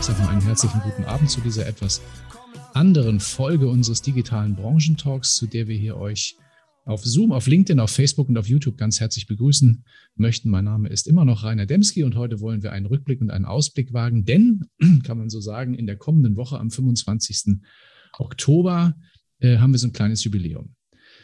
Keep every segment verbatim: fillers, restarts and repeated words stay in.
sage mal einen herzlichen guten Abend zu dieser etwas anderen Folge unseres digitalen Branchentalks, zu der wir hier euch auf Zoom, auf LinkedIn, auf Facebook und auf YouTube ganz herzlich begrüßen möchten. Mein Name ist immer noch Rainer Demski und heute wollen wir einen Rückblick und einen Ausblick wagen, denn, kann man so sagen, in der kommenden Woche am fünfundzwanzigsten Oktober äh, haben wir so ein kleines Jubiläum.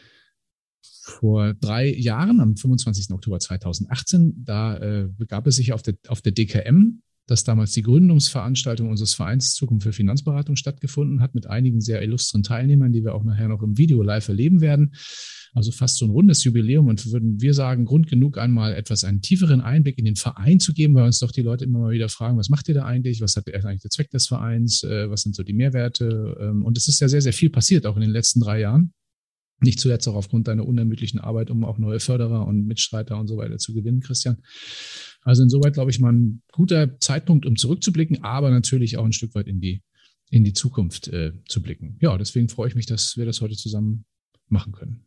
Vor drei Jahren, am fünfundzwanzigsten Oktober zweitausendachtzehn, da äh, begab es sich auf der, auf der D K M, dass damals die Gründungsveranstaltung unseres Vereins Zukunft für Finanzberatung stattgefunden hat, mit einigen sehr illustren Teilnehmern, die wir auch nachher noch im Video live erleben werden. Also fast so ein rundes Jubiläum und würden wir sagen, Grund genug, einmal etwas einen tieferen Einblick in den Verein zu geben, weil uns doch die Leute immer mal wieder fragen, was macht ihr da eigentlich, was hat eigentlich der Zweck des Vereins, was sind so die Mehrwerte? Und es ist ja sehr, sehr viel passiert, auch in den letzten drei Jahren. Nicht zuletzt auch aufgrund deiner unermüdlichen Arbeit, um auch neue Förderer und Mitstreiter und so weiter zu gewinnen, Christian. Also insoweit, glaube ich, mal ein guter Zeitpunkt, um zurückzublicken, aber natürlich auch ein Stück weit in die, in die Zukunft äh, zu blicken. Ja, deswegen freue ich mich, dass wir das heute zusammen machen können.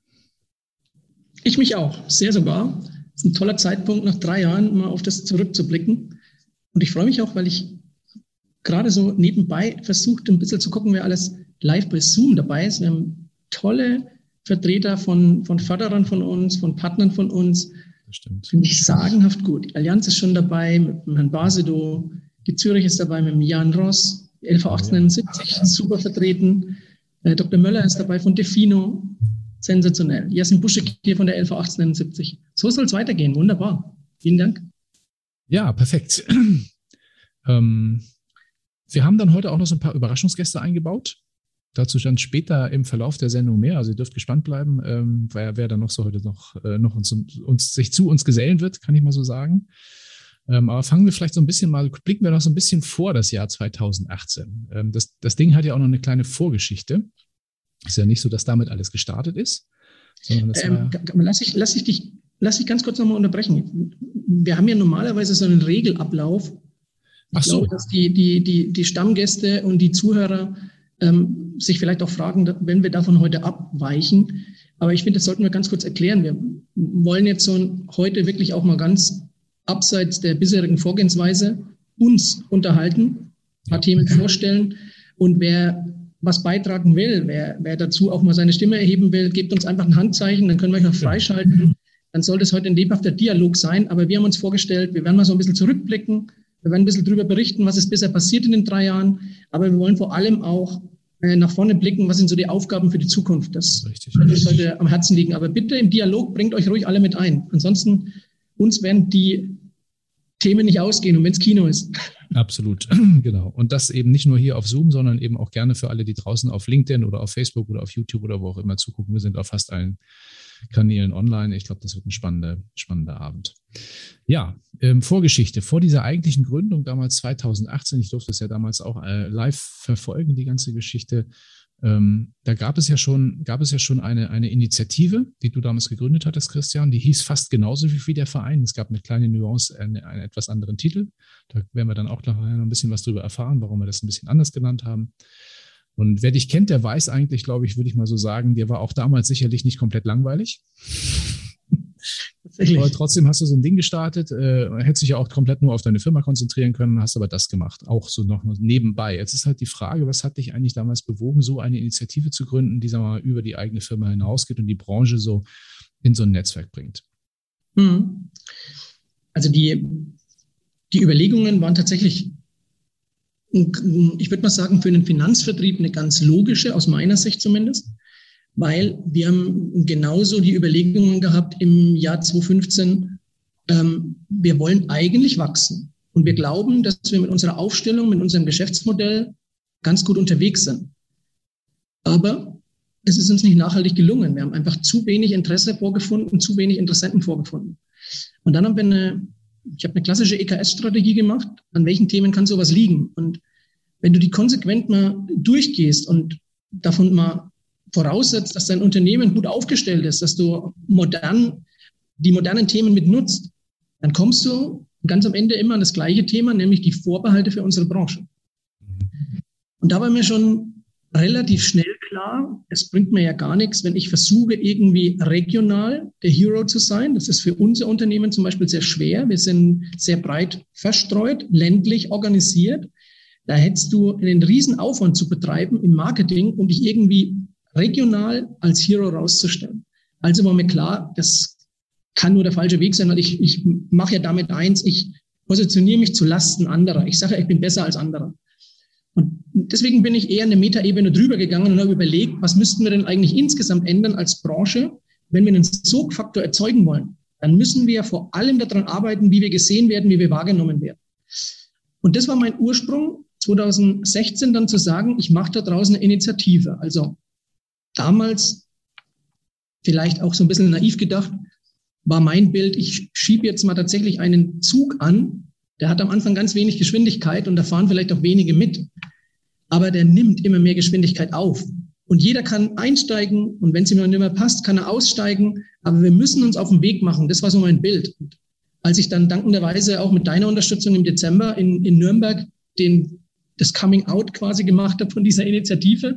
Ich mich auch, sehr sogar. Es ist ein toller Zeitpunkt, nach drei Jahren mal auf das zurückzublicken. Und ich freue mich auch, weil ich gerade so nebenbei versucht, ein bisschen zu gucken, wer alles live bei Zoom dabei ist. Wir haben tolle Vertreter von, von Förderern von uns, von Partnern von uns. Das stimmt. Finde ich sagenhaft gut. Die Allianz ist schon dabei, mit dem Herrn Basedow, die Zürich ist dabei, mit dem Jan Ross, die L V achtzehnhundertneunundsiebzig, super vertreten. Äh, Doktor Möller ist dabei von Defino, sensationell. Jasin Buschek hier von der L V achtzehnhundertneunundsiebzig. So soll es weitergehen, wunderbar. Vielen Dank. Ja, perfekt. ähm, wir haben dann heute auch noch so ein paar Überraschungsgäste eingebaut. Dazu dann später im Verlauf der Sendung mehr. Also ihr dürft gespannt bleiben, ähm, wer, wer dann noch so heute noch, äh, noch uns, uns, sich zu uns gesellen wird, kann ich mal so sagen. Ähm, aber fangen wir vielleicht so ein bisschen mal, blicken wir noch so ein bisschen vor das Jahr zweitausendachtzehn. Ähm, das, das Ding hat ja auch noch eine kleine Vorgeschichte. Ist ja nicht so, dass damit alles gestartet ist. Sondern das ähm, war, lass, ich, lass, ich dich, lass ich ganz kurz nochmal unterbrechen. Wir haben ja normalerweise so einen Regelablauf. Ich Ach so. glaube, dass die, die, die, die Stammgäste und die Zuhörer ähm, sich vielleicht auch fragen, wenn wir davon heute abweichen. Aber ich finde, das sollten wir ganz kurz erklären. Wir wollen jetzt so ein, heute wirklich auch mal ganz abseits der bisherigen Vorgehensweise uns unterhalten, ein paar Themen vorstellen. Und wer was beitragen will, wer, wer dazu auch mal seine Stimme erheben will, gebt uns einfach ein Handzeichen, dann können wir euch noch freischalten. Dann soll das heute ein lebhafter Dialog sein. Aber wir haben uns vorgestellt, wir werden mal so ein bisschen zurückblicken. Wir werden ein bisschen darüber berichten, was ist bisher passiert in den drei Jahren. Aber wir wollen vor allem auch äh, nach vorne blicken, was sind so die Aufgaben für die Zukunft. Das wird uns heute am Herzen liegen. Aber bitte im Dialog bringt euch ruhig alle mit ein. Ansonsten uns werden die Themen nicht ausgehen und wenn es Kino ist. Absolut, genau. Und das eben nicht nur hier auf Zoom, sondern eben auch gerne für alle, die draußen auf LinkedIn oder auf Facebook oder auf YouTube oder wo auch immer zugucken. Wir sind auf fast allen Kanälen online. Ich glaube, das wird ein spannender, spannender Abend. Ja, ähm, Vorgeschichte. Vor dieser eigentlichen Gründung, damals zweitausendachtzehn, ich durfte es ja damals auch äh, live verfolgen, die ganze Geschichte. Ähm, da gab es ja schon, gab es ja schon eine, eine Initiative, die du damals gegründet hattest, Christian, die hieß fast genauso wie, wie der Verein. Es gab eine kleine Nuance, einen, einen etwas anderen Titel. Da werden wir dann auch noch ein bisschen was drüber erfahren, warum wir das ein bisschen anders genannt haben. Und wer dich kennt, der weiß eigentlich, glaube ich, würde ich mal so sagen, dir war auch damals sicherlich nicht komplett langweilig. Aber trotzdem hast du so ein Ding gestartet, äh, hättest dich ja auch komplett nur auf deine Firma konzentrieren können, hast aber das gemacht, auch so noch nebenbei. Jetzt ist halt die Frage, was hat dich eigentlich damals bewogen, so eine Initiative zu gründen, die, sagen wir mal, über die eigene Firma hinausgeht und die Branche so in so ein Netzwerk bringt? Also die, die Überlegungen waren tatsächlich, ich würde mal sagen, für einen Finanzvertrieb eine ganz logische, aus meiner Sicht zumindest. Weil wir haben genauso die Überlegungen gehabt im Jahr zweitausendfünfzehn, ähm, wir wollen eigentlich wachsen. Und wir glauben, dass wir mit unserer Aufstellung, mit unserem Geschäftsmodell ganz gut unterwegs sind. Aber es ist uns nicht nachhaltig gelungen. Wir haben einfach zu wenig Interesse vorgefunden, zu wenig Interessenten vorgefunden. Und dann haben wir eine, ich habe eine klassische E K S-Strategie gemacht. An welchen Themen kann sowas liegen? Und wenn du die konsequent mal durchgehst und davon mal voraussetzt, dass dein Unternehmen gut aufgestellt ist, dass du modern, die modernen Themen mit nutzt, dann kommst du ganz am Ende immer an das gleiche Thema, nämlich die Vorbehalte für unsere Branche. Und da war mir schon relativ schnell klar, es bringt mir ja gar nichts, wenn ich versuche, irgendwie regional der Hero zu sein. Das ist für unser Unternehmen zum Beispiel sehr schwer. Wir sind sehr breit verstreut, ländlich organisiert. Da hättest du einen riesen Aufwand zu betreiben im Marketing, um dich irgendwie regional als Hero rauszustellen. Also war mir klar, das kann nur der falsche Weg sein, weil ich, ich mache ja damit eins, ich positioniere mich zu Lasten anderer. Ich sage ja, ich bin besser als andere. Und deswegen bin ich eher eine Metaebene drüber gegangen und habe überlegt, was müssten wir denn eigentlich insgesamt ändern als Branche, wenn wir einen Sogfaktor erzeugen wollen. Dann müssen wir vor allem daran arbeiten, wie wir gesehen werden, wie wir wahrgenommen werden. Und das war mein Ursprung, zwanzig sechzehn dann zu sagen, ich mache da draußen eine Initiative. Also damals, vielleicht auch so ein bisschen naiv gedacht, war mein Bild, ich schiebe jetzt mal tatsächlich einen Zug an, der hat am Anfang ganz wenig Geschwindigkeit und da fahren vielleicht auch wenige mit, aber der nimmt immer mehr Geschwindigkeit auf. Und jeder kann einsteigen und wenn es ihm nicht mehr passt, kann er aussteigen, aber wir müssen uns auf den Weg machen. Das war so mein Bild. Und als ich dann dankenderweise auch mit deiner Unterstützung im Dezember in, in Nürnberg den, das Coming Out quasi gemacht habe von dieser Initiative,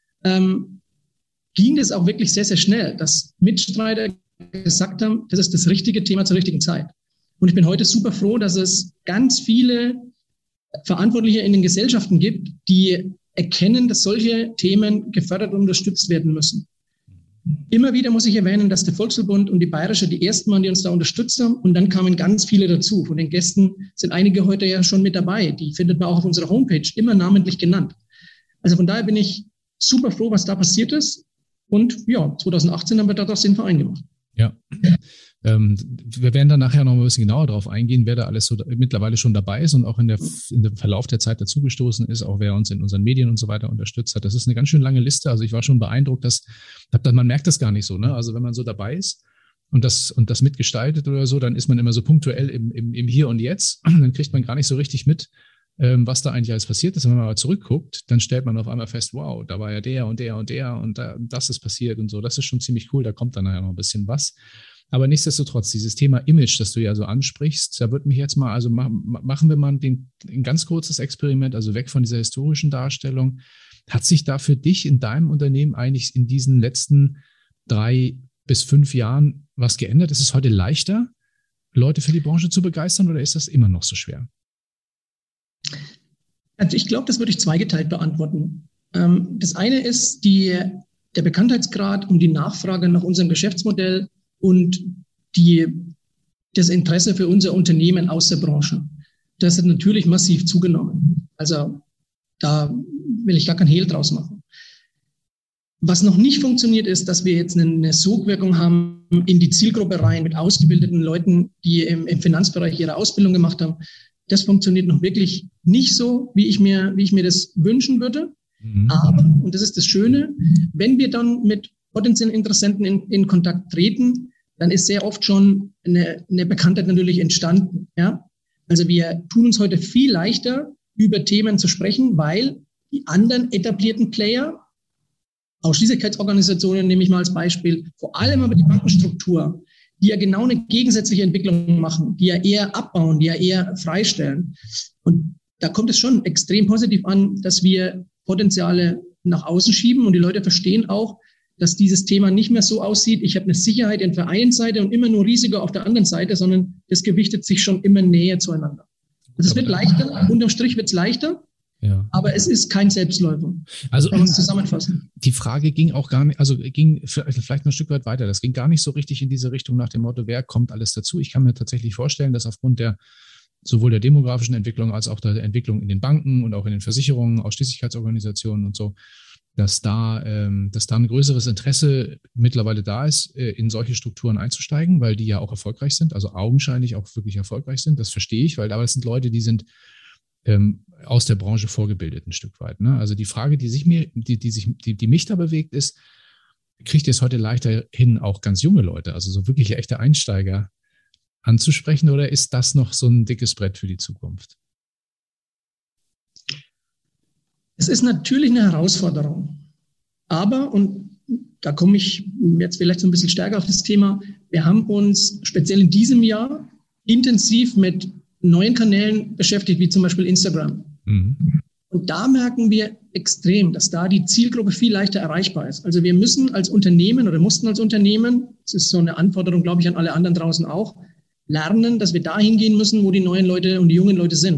ähm, ging das auch wirklich sehr, sehr schnell, dass Mitstreiter gesagt haben, das ist das richtige Thema zur richtigen Zeit. Und ich bin heute super froh, dass es ganz viele Verantwortliche in den Gesellschaften gibt, die erkennen, dass solche Themen gefördert und unterstützt werden müssen. Immer wieder muss ich erwähnen, dass der Volksverbund und die Bayerische die ersten waren, die uns da unterstützt haben. Und dann kamen ganz viele dazu. Von den Gästen sind einige heute ja schon mit dabei. Die findet man auch auf unserer Homepage, immer namentlich genannt. Also von daher bin ich super froh, was da passiert ist. Und ja, zwanzig achtzehn haben wir daraus den Verein gemacht. Ja, ähm, wir werden dann nachher noch ein bisschen genauer drauf eingehen, wer da alles so da, mittlerweile schon dabei ist und auch in, der, in dem Verlauf der Zeit dazugestoßen ist, auch wer uns in unseren Medien und so weiter unterstützt hat. Das ist eine ganz schön lange Liste. Also ich war schon beeindruckt, dass, dass man merkt das gar nicht so, ne? Also wenn man so dabei ist und das, und das mitgestaltet oder so, dann ist man immer so punktuell im, im, im Hier und Jetzt. Dann kriegt man gar nicht so richtig mit, ähm, was da eigentlich alles passiert ist. Wenn man mal zurückguckt, dann stellt man auf einmal fest, wow, da war ja der und der und der und da, das ist passiert und so. Das ist schon ziemlich cool. Da kommt dann nachher noch ein bisschen was. Aber nichtsdestotrotz, dieses Thema Image, das du ja so ansprichst, da würde mich jetzt mal, also ma, machen wir mal den, ein ganz kurzes Experiment, also weg von dieser historischen Darstellung. Hat sich da für dich in deinem Unternehmen eigentlich in diesen letzten drei bis fünf Jahren was geändert? Ist es heute leichter, Leute für die Branche zu begeistern oder ist das immer noch so schwer? Also ich glaube, das würde ich zweigeteilt beantworten. Das eine ist die, der Bekanntheitsgrad und die Nachfrage nach unserem Geschäftsmodell und die, das Interesse für unser Unternehmen aus der Branche. Das hat natürlich massiv zugenommen. Also da will ich gar kein Hehl draus machen. Was noch nicht funktioniert, ist, dass wir jetzt eine Sogwirkung haben in die Zielgruppe rein mit ausgebildeten Leuten, die im, im Finanzbereich ihre Ausbildung gemacht haben. Das funktioniert noch wirklich nicht so, wie ich mir, wie ich mir das wünschen würde. Mhm. Aber, und das ist das Schöne, wenn wir dann mit potenziellen Interessenten in, in Kontakt treten, dann ist sehr oft schon eine, eine Bekanntheit natürlich entstanden. Ja? Also wir tun uns heute viel leichter, über Themen zu sprechen, weil die anderen etablierten Player, Ausschließlichkeitsorganisationen nehme ich mal als Beispiel, vor allem aber die Bankenstruktur, die ja genau eine gegensätzliche Entwicklung machen, die ja eher abbauen, die ja eher freistellen. Und da kommt es schon extrem positiv an, dass wir Potenziale nach außen schieben und die Leute verstehen auch, dass dieses Thema nicht mehr so aussieht, ich habe eine Sicherheit auf der einen Seite und immer nur Risiko auf der anderen Seite, sondern das gewichtet sich schon immer näher zueinander. Also es wird leichter, unterm Strich wird es leichter, ja. Aber es ist kein Selbstläufer. Also kann man es zusammenfassen. Die Frage ging auch gar nicht, also ging vielleicht noch ein Stück weit weiter, das ging gar nicht so richtig in diese Richtung nach dem Motto, wer kommt alles dazu? Ich kann mir tatsächlich vorstellen, dass aufgrund der sowohl der demografischen Entwicklung als auch der Entwicklung in den Banken und auch in den Versicherungen, Ausschließlichkeitsorganisationen und so, dass da, ähm, dass da ein größeres Interesse mittlerweile da ist, äh, in solche Strukturen einzusteigen, weil die ja auch erfolgreich sind, also augenscheinlich auch wirklich erfolgreich sind. Das verstehe ich, weil aber das sind Leute, die sind ähm, aus der Branche vorgebildet ein Stück weit. Ne? Also die Frage, die sich mir, die, die sich, die, die mich da bewegt, ist, kriegt ihr es heute leichter hin, auch ganz junge Leute, also so wirklich echte Einsteiger anzusprechen, oder ist das noch so ein dickes Brett für die Zukunft? Es ist natürlich eine Herausforderung, aber, und da komme ich jetzt vielleicht so ein bisschen stärker auf das Thema, wir haben uns speziell in diesem Jahr intensiv mit neuen Kanälen beschäftigt, wie zum Beispiel Instagram. Mhm. Und da merken wir extrem, dass da die Zielgruppe viel leichter erreichbar ist. Also wir müssen als Unternehmen oder mussten als Unternehmen, das ist so eine Anforderung, glaube ich, an alle anderen draußen auch, lernen, dass wir da hingehen müssen, wo die neuen Leute und die jungen Leute sind.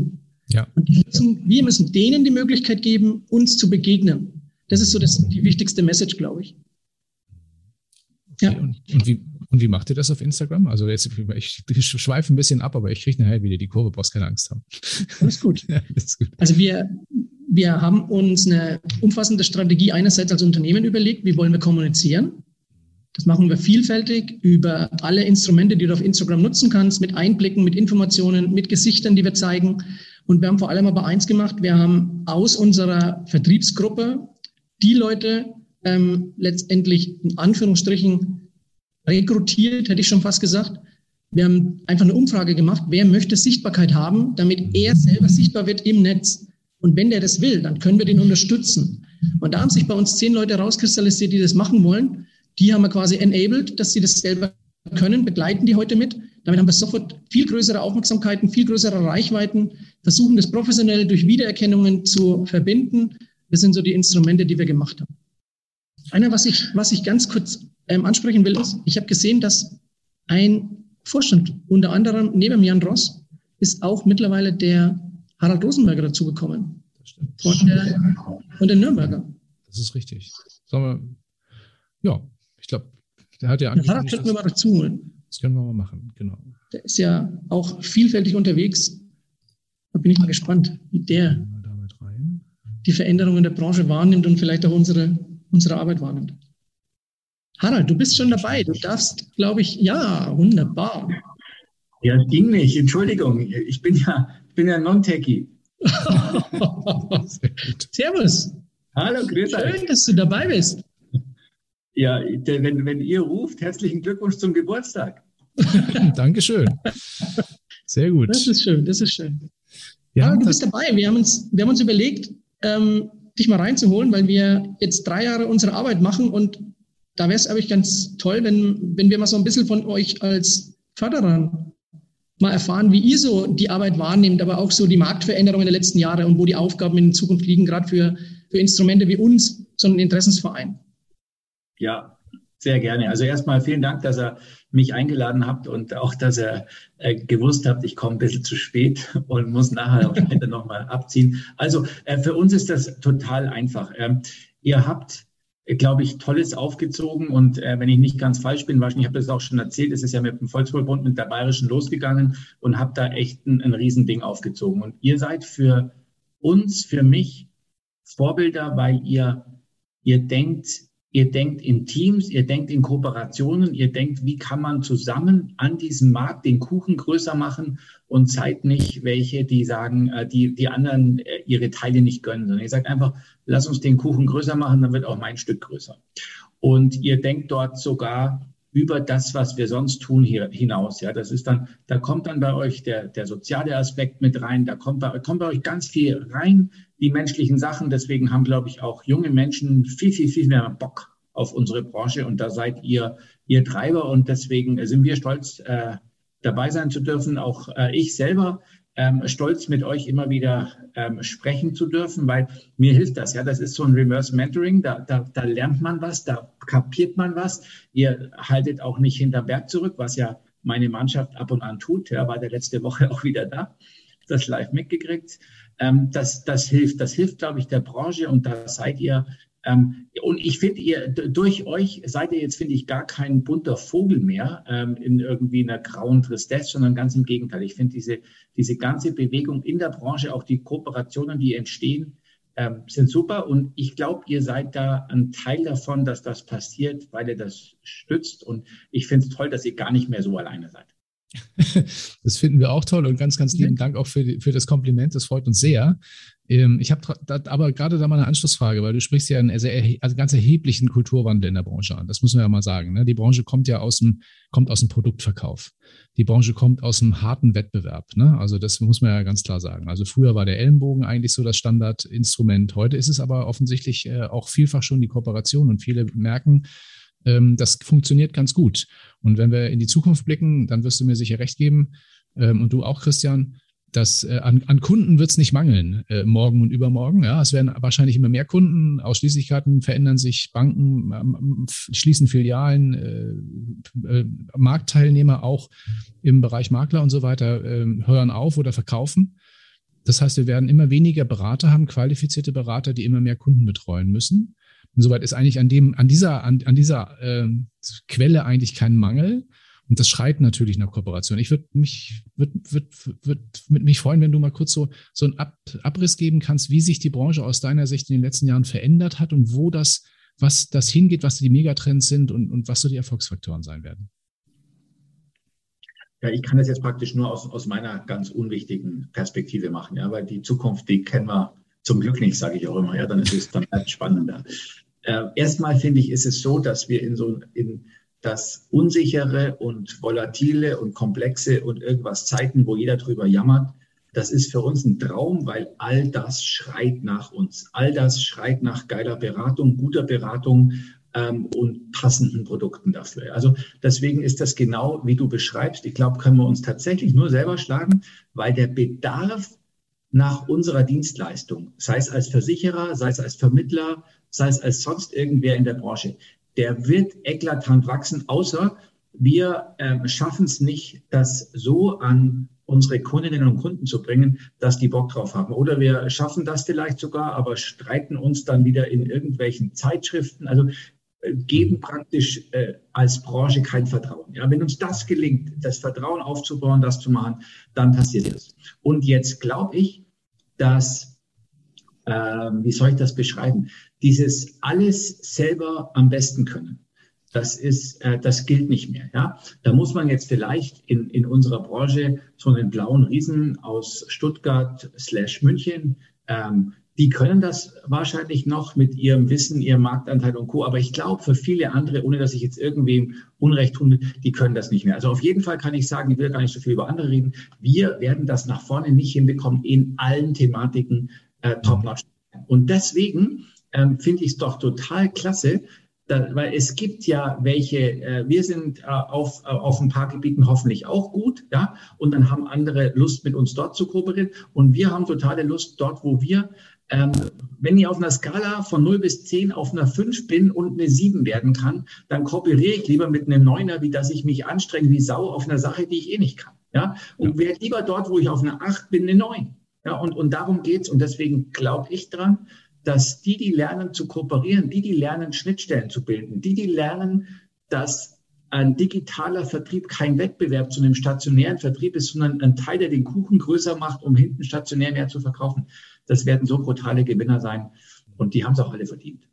Ja. Und die müssen, wir müssen denen die Möglichkeit geben, uns zu begegnen. Das ist so das, die wichtigste Message, glaube ich. Okay, ja. Und, und, wie, und wie macht ihr das auf Instagram? Also jetzt, ich, ich schweife ein bisschen ab, aber ich kriege nachher wieder die Kurve, brauchst keine Angst haben. Alles gut. Ja, ist gut. Also wir, wir haben uns eine umfassende Strategie einerseits als Unternehmen überlegt, wie wollen wir kommunizieren. Das machen wir vielfältig über alle Instrumente, die du auf Instagram nutzen kannst, mit Einblicken, mit Informationen, mit Gesichtern, die wir zeigen. Und wir haben vor allem aber eins gemacht, wir haben aus unserer Vertriebsgruppe die Leute ähm, letztendlich in Anführungsstrichen rekrutiert, hätte ich schon fast gesagt. Wir haben einfach eine Umfrage gemacht, wer möchte Sichtbarkeit haben, damit er selber sichtbar wird im Netz. Und wenn der das will, dann können wir den unterstützen. Und da haben sich bei uns zehn Leute rauskristallisiert, die das machen wollen. Die haben wir quasi enabled, dass sie das selber können, begleiten die heute mit. Damit haben wir sofort viel größere Aufmerksamkeiten, viel größere Reichweiten, versuchen das professionell durch Wiedererkennungen zu verbinden. Das sind so die Instrumente, die wir gemacht haben. Einer, was ich, was ich ganz kurz ähm, ansprechen will, ist, ich habe gesehen, dass ein Vorstand, unter anderem neben Jan Ross, ist auch mittlerweile der Harald Rosenberger dazugekommen. Das stimmt. Von der, von der Nürnberger. Das ist richtig. Sagen wir, ja, ich glaube, der hat ja angekündigt. Harald könnten wir mal dazu holen. Das können wir mal machen, genau. Der ist ja auch vielfältig unterwegs. Da bin ich mal gespannt, wie der die Veränderungen der Branche wahrnimmt und vielleicht auch unsere, unsere Arbeit wahrnimmt. Harald, du bist schon dabei. Du darfst, glaube ich, ja, wunderbar. Ja, das ging nicht. Entschuldigung, ich bin ja, ich bin ja Non-Techie. Servus. Hallo, grüß euch. Schön, dass du dabei bist. Ja, wenn, wenn ihr ruft, herzlichen Glückwunsch zum Geburtstag. Dankeschön. Sehr gut. Das ist schön, das ist schön. Ja, ja du bist dabei. Wir haben uns, wir haben uns überlegt, ähm, dich mal reinzuholen, weil wir jetzt drei Jahre unsere Arbeit machen und da wäre es eigentlich ganz toll, wenn, wenn wir mal so ein bisschen von euch als Förderern mal erfahren, wie ihr so die Arbeit wahrnehmt, aber auch so die Marktveränderungen der letzten Jahre und wo die Aufgaben in Zukunft liegen, gerade für, für Instrumente wie uns, so einen Interessensverein. Ja, sehr gerne. Also erstmal vielen Dank, dass ihr mich eingeladen habt und auch, dass ihr äh, gewusst habt, ich komme ein bisschen zu spät und muss nachher auch später nochmal abziehen. Also äh, für uns ist das total einfach. Ähm, ihr habt, glaube ich, Tolles aufgezogen und äh, wenn ich nicht ganz falsch bin, wahrscheinlich, ich habe das auch schon erzählt, es ist ja mit dem Volkswohlbund, mit der Bayerischen losgegangen und habt da echt ein, ein Riesending aufgezogen. Und ihr seid für uns, für mich Vorbilder, weil ihr, ihr denkt, Ihr denkt in Teams, ihr denkt in Kooperationen, ihr denkt, wie kann man zusammen an diesem Markt den Kuchen größer machen und seid nicht welche, die sagen, die, die anderen ihre Teile nicht gönnen, sondern ihr sagt einfach, lass uns den Kuchen größer machen, dann wird auch mein Stück größer. Und ihr denkt dort sogar über das, was wir sonst tun, hier hinaus. Ja, das ist dann, da kommt dann bei euch der, der soziale Aspekt mit rein, da kommt bei, kommt bei euch ganz viel rein, die menschlichen Sachen. Deswegen haben, glaube ich, auch junge Menschen viel, viel, viel mehr Bock auf unsere Branche und da seid ihr, ihr Treiber und deswegen sind wir stolz, äh, dabei sein zu dürfen. Auch äh, ich selber ähm, stolz, mit euch immer wieder ähm, sprechen zu dürfen, weil mir hilft das. Ja, das ist so ein Reverse Mentoring, da, da, da lernt man was, da kapiert man was. Ihr haltet auch nicht hinterm Berg zurück, was ja meine Mannschaft ab und an tut. Ja, war der letzte Woche auch wieder da, das live mitgekriegt. Ähm, das, das hilft, das hilft, glaube ich, der Branche und da seid ihr. Ähm, und ich finde, ihr durch euch seid ihr jetzt, finde ich, gar kein bunter Vogel mehr ähm, in irgendwie einer grauen Tristesse, sondern ganz im Gegenteil. Ich finde diese, diese ganze Bewegung in der Branche, auch die Kooperationen, die entstehen, ähm, sind super. Und ich glaube, ihr seid da ein Teil davon, dass das passiert, weil ihr das stützt. Und ich finde es toll, dass ihr gar nicht mehr so alleine seid. Das finden wir auch toll und ganz, ganz lieben Dank auch für, die, für das Kompliment. Das freut uns sehr. Ich habe aber gerade da mal eine Anschlussfrage, weil du sprichst ja einen sehr, also ganz erheblichen Kulturwandel in der Branche an. Das muss man ja mal sagen. Ne? Die Branche kommt ja aus dem, kommt aus dem Produktverkauf. Die Branche kommt aus dem harten Wettbewerb. Ne? Also das muss man ja ganz klar sagen. Also früher war der Ellenbogen eigentlich so das Standardinstrument. Heute ist es aber offensichtlich auch vielfach schon die Kooperation und viele merken, das funktioniert ganz gut. Und wenn wir in die Zukunft blicken, dann wirst du mir sicher recht geben, und du auch, Christian, dass äh, an, an Kunden wird es nicht mangeln, äh, morgen und übermorgen. Ja, es werden wahrscheinlich immer mehr Kunden, Ausschließlichkeiten verändern sich, Banken ähm, schließen Filialen, äh, äh, Marktteilnehmer auch im Bereich Makler und so weiter äh, hören auf oder verkaufen. Das heißt, wir werden immer weniger Berater haben, qualifizierte Berater, die immer mehr Kunden betreuen müssen. Insoweit ist eigentlich an dem, an dieser, an, an dieser äh, Quelle eigentlich kein Mangel. Und das schreit natürlich nach Kooperation. Ich würde mich, würd, würd, würd, würd mich freuen, wenn du mal kurz so, so einen Ab, Abriss geben kannst, wie sich die Branche aus deiner Sicht in den letzten Jahren verändert hat und wo das, was das hingeht, was die Megatrends sind und, und was so die Erfolgsfaktoren sein werden. Ja, ich kann das jetzt praktisch nur aus, aus meiner ganz unwichtigen Perspektive machen, ja, weil die Zukunft, die kennen wir zum Glück nicht, sage ich auch immer, ja, dann ist es dann halt spannender. Äh, erstmal finde ich, ist es so, dass wir in so in das unsichere und volatile und komplexe und irgendwas Zeiten, wo jeder drüber jammert, das ist für uns ein Traum, weil all das schreit nach uns. All das schreit nach geiler Beratung, guter Beratung ähm, und passenden Produkten dafür. Also deswegen ist das genau, wie du beschreibst. Ich glaube, können wir uns tatsächlich nur selber schlagen, weil der Bedarf nach unserer Dienstleistung, sei es als Versicherer, sei es als Vermittler, sei es als sonst irgendwer in der Branche, der wird eklatant wachsen, außer wir äh, schaffen es nicht, das so an unsere Kundinnen und Kunden zu bringen, dass die Bock drauf haben. Oder wir schaffen das vielleicht sogar, aber streiten uns dann wieder in irgendwelchen Zeitschriften. Also äh, geben praktisch äh, als Branche kein Vertrauen. Ja, wenn uns das gelingt, das Vertrauen aufzubauen, das zu machen, dann passiert das. Und jetzt glaube ich, dass, äh, wie soll ich das beschreiben, dieses alles selber am besten können. Das ist, äh, das gilt nicht mehr. Ja, da muss man jetzt vielleicht in in unserer Branche so einen blauen Riesen aus Stuttgart slash München. Ähm, die können das wahrscheinlich noch mit ihrem Wissen, ihrem Marktanteil und Co. Aber ich glaube, für viele andere, ohne dass ich jetzt irgendwem Unrecht tun, die können das nicht mehr. Also auf jeden Fall kann ich sagen, ich will gar nicht so viel über andere reden. Wir werden das nach vorne nicht hinbekommen in allen Thematiken äh, top-notch. Und deswegen ähm, finde ich es doch total klasse, da, weil es gibt ja welche, äh, wir sind äh, auf, äh, auf ein paar Gebieten hoffentlich auch gut, ja, und dann haben andere Lust, mit uns dort zu kooperieren und wir haben totale Lust dort, wo wir, ähm, wenn ich auf einer Skala von null bis zehn auf einer fünf bin und eine sieben werden kann, dann kooperiere ich lieber mit einem Neuner, wie dass ich mich anstrenge wie Sau auf einer Sache, die ich eh nicht kann, ja, und ja. wäre lieber dort, wo ich auf einer acht bin, eine neun, ja, und, und darum geht's und deswegen glaube ich dran, dass die, die lernen zu kooperieren, die, die lernen, Schnittstellen zu bilden, die, die lernen, dass ein digitaler Vertrieb kein Wettbewerb zu einem stationären Vertrieb ist, sondern ein Teil, der den Kuchen größer macht, um hinten stationär mehr zu verkaufen. Das werden so brutale Gewinner sein und die haben es auch alle verdient.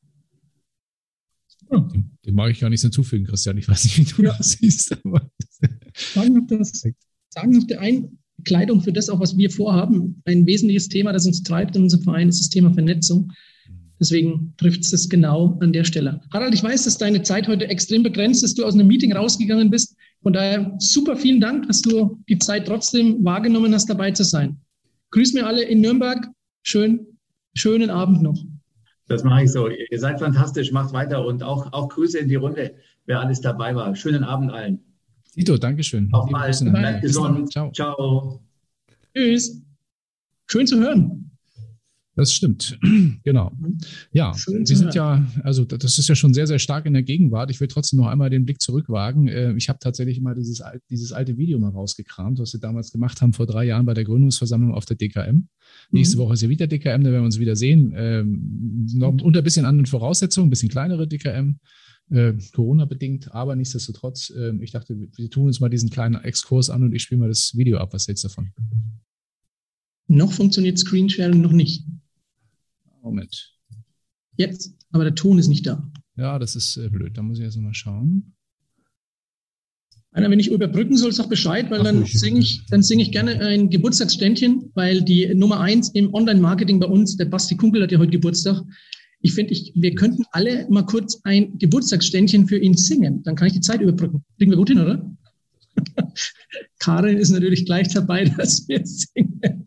Ja, dem, dem mag ich gar nichts hinzufügen, Christian. Ich weiß nicht, wie du ja. das siehst. Aber sagen noch das, sagen noch der ein Kleidung für das auch, was wir vorhaben. Ein wesentliches Thema, das uns treibt in unserem Verein, ist das Thema Vernetzung. Deswegen trifft es das genau an der Stelle. Harald, ich weiß, dass deine Zeit heute extrem begrenzt ist, du aus einem Meeting rausgegangen bist. Von daher super vielen Dank, dass du die Zeit trotzdem wahrgenommen hast, dabei zu sein. Grüß mir alle in Nürnberg. Schön, schönen Abend noch. Das mache ich so. Ihr seid fantastisch, macht weiter und auch, auch Grüße in die Runde, wer alles dabei war. Schönen Abend allen. Tito, Dankeschön. Auf bald. Bleibt gesund. Ciao. Ciao. Tschüss. Schön zu hören. Das stimmt. Genau. Ja, wir sind ja, also das ist ja schon sehr, sehr stark in der Gegenwart. Ich will trotzdem noch einmal den Blick zurückwagen. Ich habe tatsächlich mal dieses, dieses alte Video mal rausgekramt, was wir damals gemacht haben vor drei Jahren bei der Gründungsversammlung auf der D K M. Mhm. Nächste Woche ist ja wieder D K M, da werden wir uns wieder sehen. Ähm, noch unter ein bisschen anderen Voraussetzungen, ein bisschen kleinere D K M. Äh, Corona-bedingt, aber nichtsdestotrotz, äh, ich dachte, wir tun uns mal diesen kleinen Exkurs an und ich spiele mal das Video ab. Was hältst du davon? Noch funktioniert Screensharing noch nicht. Moment. Jetzt, aber der Ton ist nicht da. Ja, das ist äh, blöd. Da muss ich jetzt mal schauen. Einer, wenn ich überbrücken soll, sag Bescheid, weil Ach, dann singe ich, dann singe ich gerne ein Geburtstagsständchen, weil die Nummer eins im Online-Marketing bei uns, der Basti Kunkel, hat ja heute Geburtstag. Ich finde, ich, wir könnten alle mal kurz ein Geburtstagsständchen für ihn singen. Dann kann ich die Zeit überbrücken. Kriegen wir gut hin, oder? Karin ist natürlich gleich dabei, dass wir singen.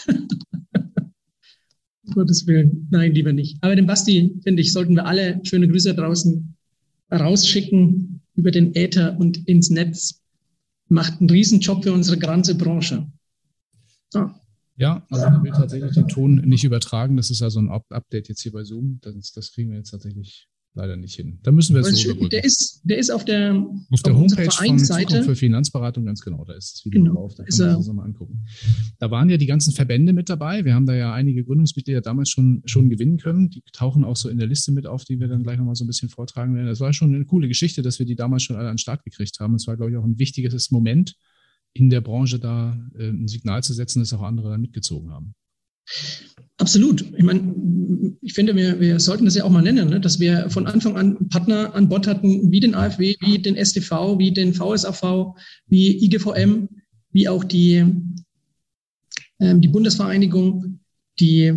Um Gottes Willen. Nein, lieber nicht. Aber den Basti, finde ich, sollten wir alle schöne Grüße draußen rausschicken über den Äther und ins Netz. Macht einen Riesenjob für unsere ganze Branche. Ah. Ja, also ich will tatsächlich den Ton nicht übertragen. Das ist also ein Update jetzt hier bei Zoom. Das, das kriegen wir jetzt tatsächlich leider nicht hin. Da müssen wir es so überbrücken. Der ist, der ist auf der, auf der auf Homepage von Zukunft für Finanzberatung, ganz genau, da ist das Video genau, drauf, da kann man sich das nochmal angucken. Da waren ja die ganzen Verbände mit dabei, wir haben da ja einige Gründungsmitglieder damals schon, schon gewinnen können, die tauchen auch so in der Liste mit auf, die wir dann gleich nochmal so ein bisschen vortragen werden. Das war schon eine coole Geschichte, dass wir die damals schon alle an den Start gekriegt haben. Es war, glaube ich, auch ein wichtiges Moment in der Branche, da äh, ein Signal zu setzen, dass auch andere dann mitgezogen haben. Absolut. Ich meine, ich finde, wir, wir sollten das ja auch mal nennen, ne? Dass wir von Anfang an Partner an Bord hatten, wie den A F W, wie den S T V, wie den V S A V, wie I G V M, wie auch die, ähm, die Bundesvereinigung, die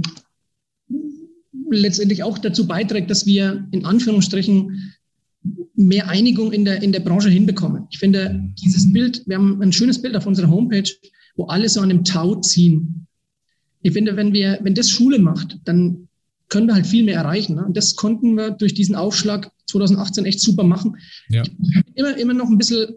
letztendlich auch dazu beiträgt, dass wir in Anführungsstrichen mehr Einigung in der, in der Branche hinbekommen. Ich finde, dieses Bild, wir haben ein schönes Bild auf unserer Homepage, wo alle so an einem Tau ziehen. Ich finde, wenn wir, wenn das Schule macht, dann können wir halt viel mehr erreichen. Ne? Und das konnten wir durch diesen Aufschlag zwanzig achtzehn echt super machen. Ja. Immer, immer noch ein bisschen,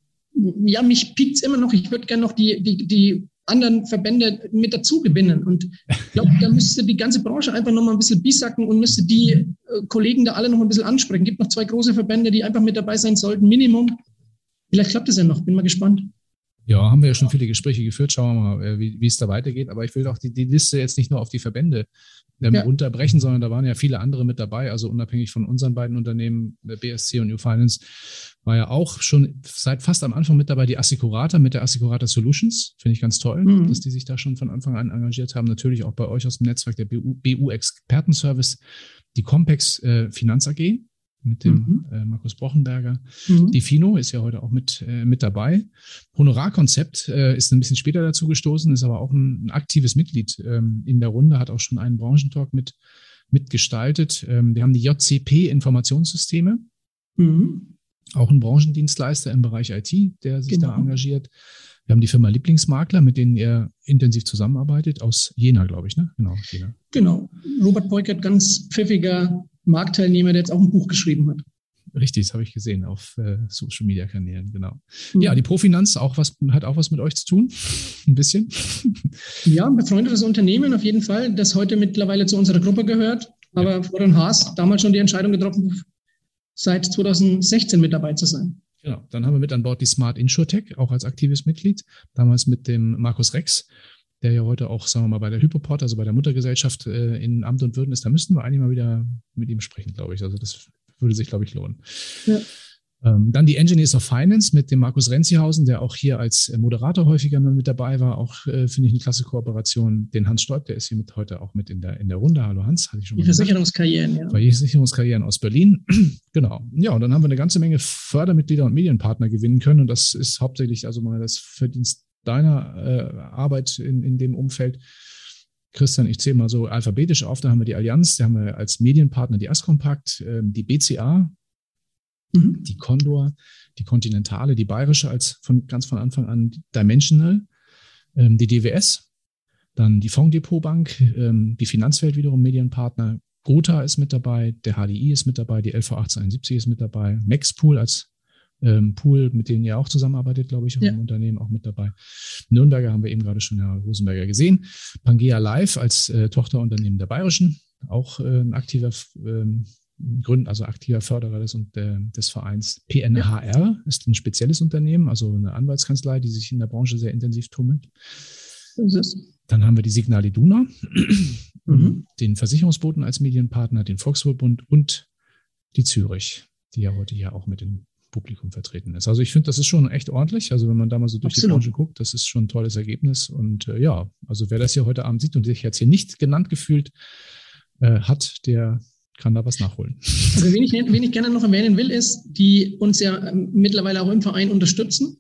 ja, mich piekt es immer noch. Ich würde gerne noch die, die, die anderen Verbände mit dazu gewinnen. Und ich glaube, da müsste die ganze Branche einfach noch mal ein bisschen bisacken und müsste die äh, Kollegen da alle noch ein bisschen ansprechen. Es gibt noch zwei große Verbände, die einfach mit dabei sein sollten, Minimum. Vielleicht klappt es ja noch, bin mal gespannt. Ja, haben wir ja schon viele Gespräche geführt. Schauen wir mal, wie, wie es da weitergeht. Aber ich will auch die, die Liste jetzt nicht nur auf die Verbände ähm, ja. runterbrechen, sondern da waren ja viele andere mit dabei. Also unabhängig von unseren beiden Unternehmen, B S C und New Finance, war ja auch schon seit fast am Anfang mit dabei die Assicurata mit der Assicurata Solutions. Finde ich ganz toll, mhm. dass die sich da schon von Anfang an engagiert haben. Natürlich auch bei euch aus dem Netzwerk der B U, B U Expertenservice, die Compex äh, Finanz A G. Mit dem mhm. äh, Markus Brochenberger. Mhm. Die Fino ist ja heute auch mit, äh, mit dabei. Honorarkonzept äh, ist ein bisschen später dazu gestoßen, ist aber auch ein, ein aktives Mitglied ähm, in der Runde, hat auch schon einen Branchentalk mit, mitgestaltet. Ähm, wir haben die J C P Informationssysteme, mhm. auch ein Branchendienstleister im Bereich I T, der sich genau. da engagiert. Wir haben die Firma Lieblingsmakler, mit denen ihr intensiv zusammenarbeitet, aus Jena, glaube ich, ne? Genau, Jena. Genau. Robert Peukert, ganz pfiffiger Marktteilnehmer, der jetzt auch ein Buch geschrieben hat. Richtig, das habe ich gesehen auf äh, Social-Media-Kanälen, genau. Mhm. Ja, die Profinanz auch was, hat auch was mit euch zu tun, ein bisschen. Ja, ein befreundetes Unternehmen auf jeden Fall, das heute mittlerweile zu unserer Gruppe gehört, aber ja. Florian Haas damals schon die Entscheidung getroffen, seit zwanzig sechzehn mit dabei zu sein. Genau, dann haben wir mit an Bord die Smart InsurTech, auch als aktives Mitglied, damals mit dem Markus Rex, der ja heute auch, sagen wir mal, bei der Hypoport, also bei der Muttergesellschaft äh, in Amt und Würden ist. Da müssten wir eigentlich mal wieder mit ihm sprechen, glaube ich. Also das würde sich, glaube ich, lohnen. Ja. Ähm, dann die Engineers of Finance mit dem Markus Renzihausen, der auch hier als Moderator häufiger mal mit dabei war. Auch, äh, finde ich, eine klasse Kooperation. Den Hans Stolp, der ist hier mit heute auch mit in der, in der Runde. Hallo Hans, hatte ich schon mal Die Versicherungskarrieren, ja. Versicherungskarrieren aus Berlin. Genau. Ja, und dann haben wir eine ganze Menge Fördermitglieder und Medienpartner gewinnen können. Und das ist hauptsächlich also mal das Verdienst deiner äh, Arbeit in, in dem Umfeld. Christian, ich zähle mal so alphabetisch auf. Da haben wir die Allianz, da haben wir als Medienpartner die Askompakt, äh, die B C A, mhm. die Condor, die Continentale, die Bayerische als von ganz von Anfang an Dimensional, ähm, die D W S, dann die Fondsdepotbank, ähm, die Finanzwelt wiederum Medienpartner, Gotha ist mit dabei, der H D I ist mit dabei, die L V achtzehnhunderteinundsiebzig ist mit dabei, Maxpool als Ähm, Pool, mit denen ihr auch zusammenarbeitet, glaube ich, auch ja. im Unternehmen auch mit dabei. Nürnberger haben wir eben gerade schon, ja, Rosenberger gesehen. Pangea Live als äh, Tochterunternehmen der Bayerischen, auch äh, ein aktiver ähm, Gründ, also aktiver Förderer des, und, äh, des Vereins. P N H R ja. ist ein spezielles Unternehmen, also eine Anwaltskanzlei, die sich in der Branche sehr intensiv tummelt. Was ist das? Dann haben wir die Signal Iduna, mhm. den Versicherungsboten als Medienpartner, den Volkswohlbund und die Zürich, die ja heute hier auch mit in Publikum vertreten ist. Also ich finde, das ist schon echt ordentlich. Also wenn man da mal so durch Absolut. die Branche guckt, das ist schon ein tolles Ergebnis. Und äh, ja, also wer das hier heute Abend sieht und sich jetzt hier nicht genannt gefühlt äh, hat, der kann da was nachholen. Also wen ich, wen ich gerne noch erwähnen will, ist, die uns ja ähm, mittlerweile auch im Verein unterstützen.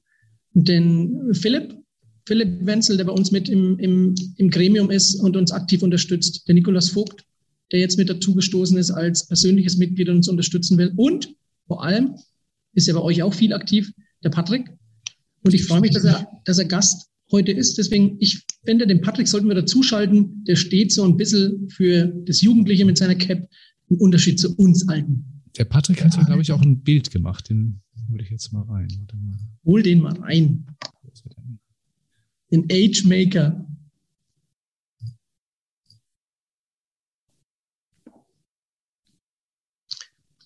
Den Philipp, Philipp Wenzel, der bei uns mit im, im, im Gremium ist und uns aktiv unterstützt. Der Nikolaus Vogt, der jetzt mit dazu gestoßen ist als persönliches Mitglied und uns unterstützen will. Und vor allem ist ja bei euch auch viel aktiv, der Patrick. Und ich freue mich, dass er, dass er Gast heute ist. Deswegen, ich finde, den Patrick sollten wir dazuschalten. Der steht so ein bisschen für das Jugendliche mit seiner Cap im Unterschied zu uns Alten. Der Patrick hat ja, glaube ich, auch ein Bild gemacht. Den hole ich jetzt mal rein. Warte mal. Hol den mal rein. Den Age Maker.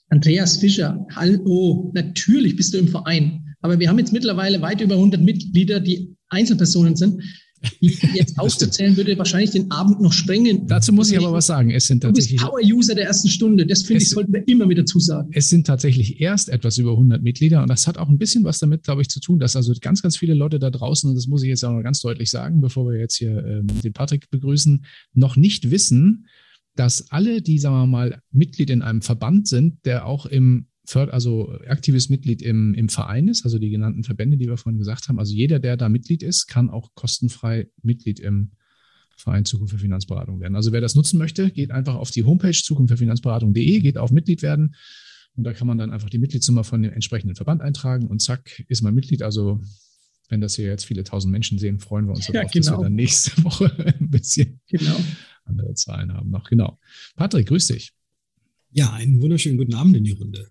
Andreas Fischer, hallo, natürlich bist du im Verein. Aber wir haben jetzt mittlerweile weit über hundert Mitglieder, die Einzelpersonen sind. Die jetzt aufzuzählen, würde wahrscheinlich den Abend noch sprengen. Dazu muss ich aber was sagen. Es sind tatsächlich, du bist Power-User der ersten Stunde. Das finde ich, sollten wir immer wieder zusagen. Es sind tatsächlich erst etwas über hundert Mitglieder und das hat auch ein bisschen was damit, glaube ich, zu tun, dass also ganz, ganz viele Leute da draußen, und das muss ich jetzt auch noch ganz deutlich sagen, bevor wir jetzt hier ähm, den Patrick begrüßen, noch nicht wissen, dass alle, die, sagen wir mal, Mitglied in einem Verband sind, der auch im also aktives Mitglied im, im Verein ist, also die genannten Verbände, die wir vorhin gesagt haben. Also jeder, der da Mitglied ist, kann auch kostenfrei Mitglied im Verein Zukunft für Finanzberatung werden. Also wer das nutzen möchte, geht einfach auf die Homepage zukunft für finanzberatung punkt de, geht auf Mitglied werden und da kann man dann einfach die Mitgliedsnummer von dem entsprechenden Verband eintragen und zack, ist man Mitglied. Also wenn das hier jetzt viele tausend Menschen sehen, freuen wir uns ja, darauf, genau. dass wir dann nächste Woche ein bisschen genau. andere Zahlen haben noch. Genau. Patrick, grüß dich. Ja, einen wunderschönen guten Abend in die Runde.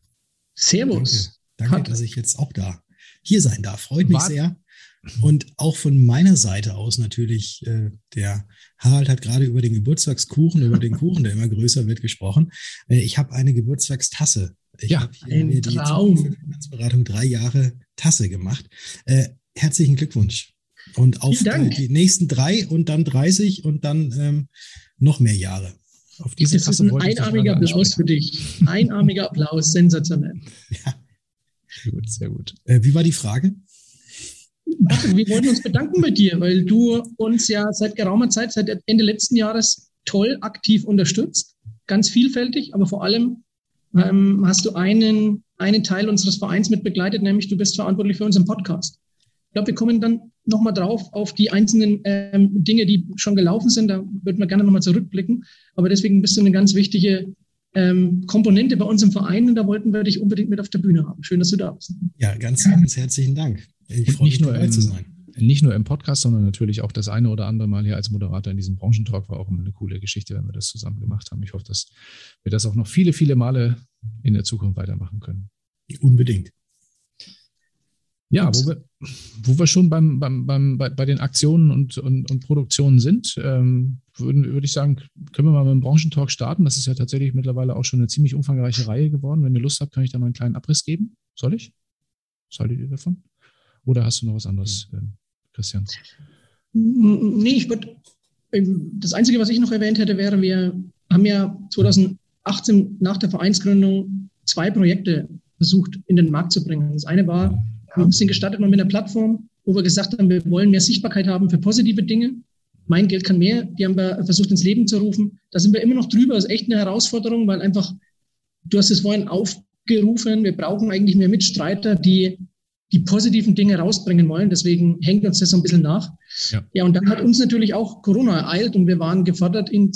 Servus. Danke, danke dass ich jetzt auch da hier sein darf. Freut mich War- sehr. Und auch von meiner Seite aus natürlich, äh, der Harald hat gerade über den Geburtstagskuchen, über den Kuchen, der immer größer wird, gesprochen. Äh, ich habe eine Geburtstagstasse. Ich Ja, habe hier ein mir die Traum. Zukunft für Finanzberatung drei Jahre Tasse gemacht. Äh, herzlichen Glückwunsch. Und auf Vielen Dank. die, die nächsten drei und dann dreißig und dann ähm, noch mehr Jahre. Auf diese Das ist Tasse ein wollte ich dich einarmiger gerade Applaus für ansprechen. dich. Einarmiger Applaus, sensationell. Ja. Sehr gut, sehr gut. Äh, wie war die Frage? Patrick, wir wollten uns bedanken bei dir, weil du uns ja seit geraumer Zeit, seit Ende letzten Jahres toll aktiv unterstützt. Ganz vielfältig, aber vor allem ähm, hast du einen, einen Teil unseres Vereins mit begleitet, nämlich du bist verantwortlich für unseren Podcast. Ich glaube, wir kommen dann nochmal drauf auf die einzelnen ähm, Dinge, die schon gelaufen sind. Da würden wir gerne nochmal zurückblicken. Aber deswegen bist du eine ganz wichtige ähm, Komponente bei uns im Verein und da wollten wir dich unbedingt mit auf der Bühne haben. Schön, dass du da bist. Ja, ganz, ganz herzlichen Dank. Ich Und freue mich nicht nur dabei im- zu sein. Nicht nur im Podcast, sondern natürlich auch das eine oder andere Mal hier als Moderator in diesem Branchentalk war auch immer eine coole Geschichte, wenn wir das zusammen gemacht haben. Ich hoffe, dass wir das auch noch viele, viele Male in der Zukunft weitermachen können. Unbedingt. Ja, wo wir, wo wir schon beim, beim, beim, bei, bei den Aktionen und, und, und Produktionen sind, ähm, würden, würde ich sagen, können wir mal mit dem Branchentalk starten. Das ist ja tatsächlich mittlerweile auch schon eine ziemlich umfangreiche Reihe geworden. Wenn ihr Lust habt, kann ich da mal einen kleinen Abriss geben. Soll ich? Was haltet ihr davon? Oder hast du noch was anderes, ähm, Christian? Nee, ich würde, das Einzige, was ich noch erwähnt hätte, wäre, wir haben ja zweitausendachtzehn nach der Vereinsgründung zwei Projekte versucht in den Markt zu bringen. Das eine war, wir sind gestartet mal mit einer Plattform, wo wir gesagt haben, wir wollen mehr Sichtbarkeit haben für positive Dinge. Mein Geld kann mehr, die haben wir versucht ins Leben zu rufen. Da sind wir immer noch drüber, das ist echt eine Herausforderung, weil einfach, du hast es vorhin aufgerufen, wir brauchen eigentlich mehr Mitstreiter, die die positiven Dinge rausbringen wollen. Deswegen hängt uns das so ein bisschen nach. Ja. Ja, und dann hat uns natürlich auch Corona ereilt und wir waren gefordert, in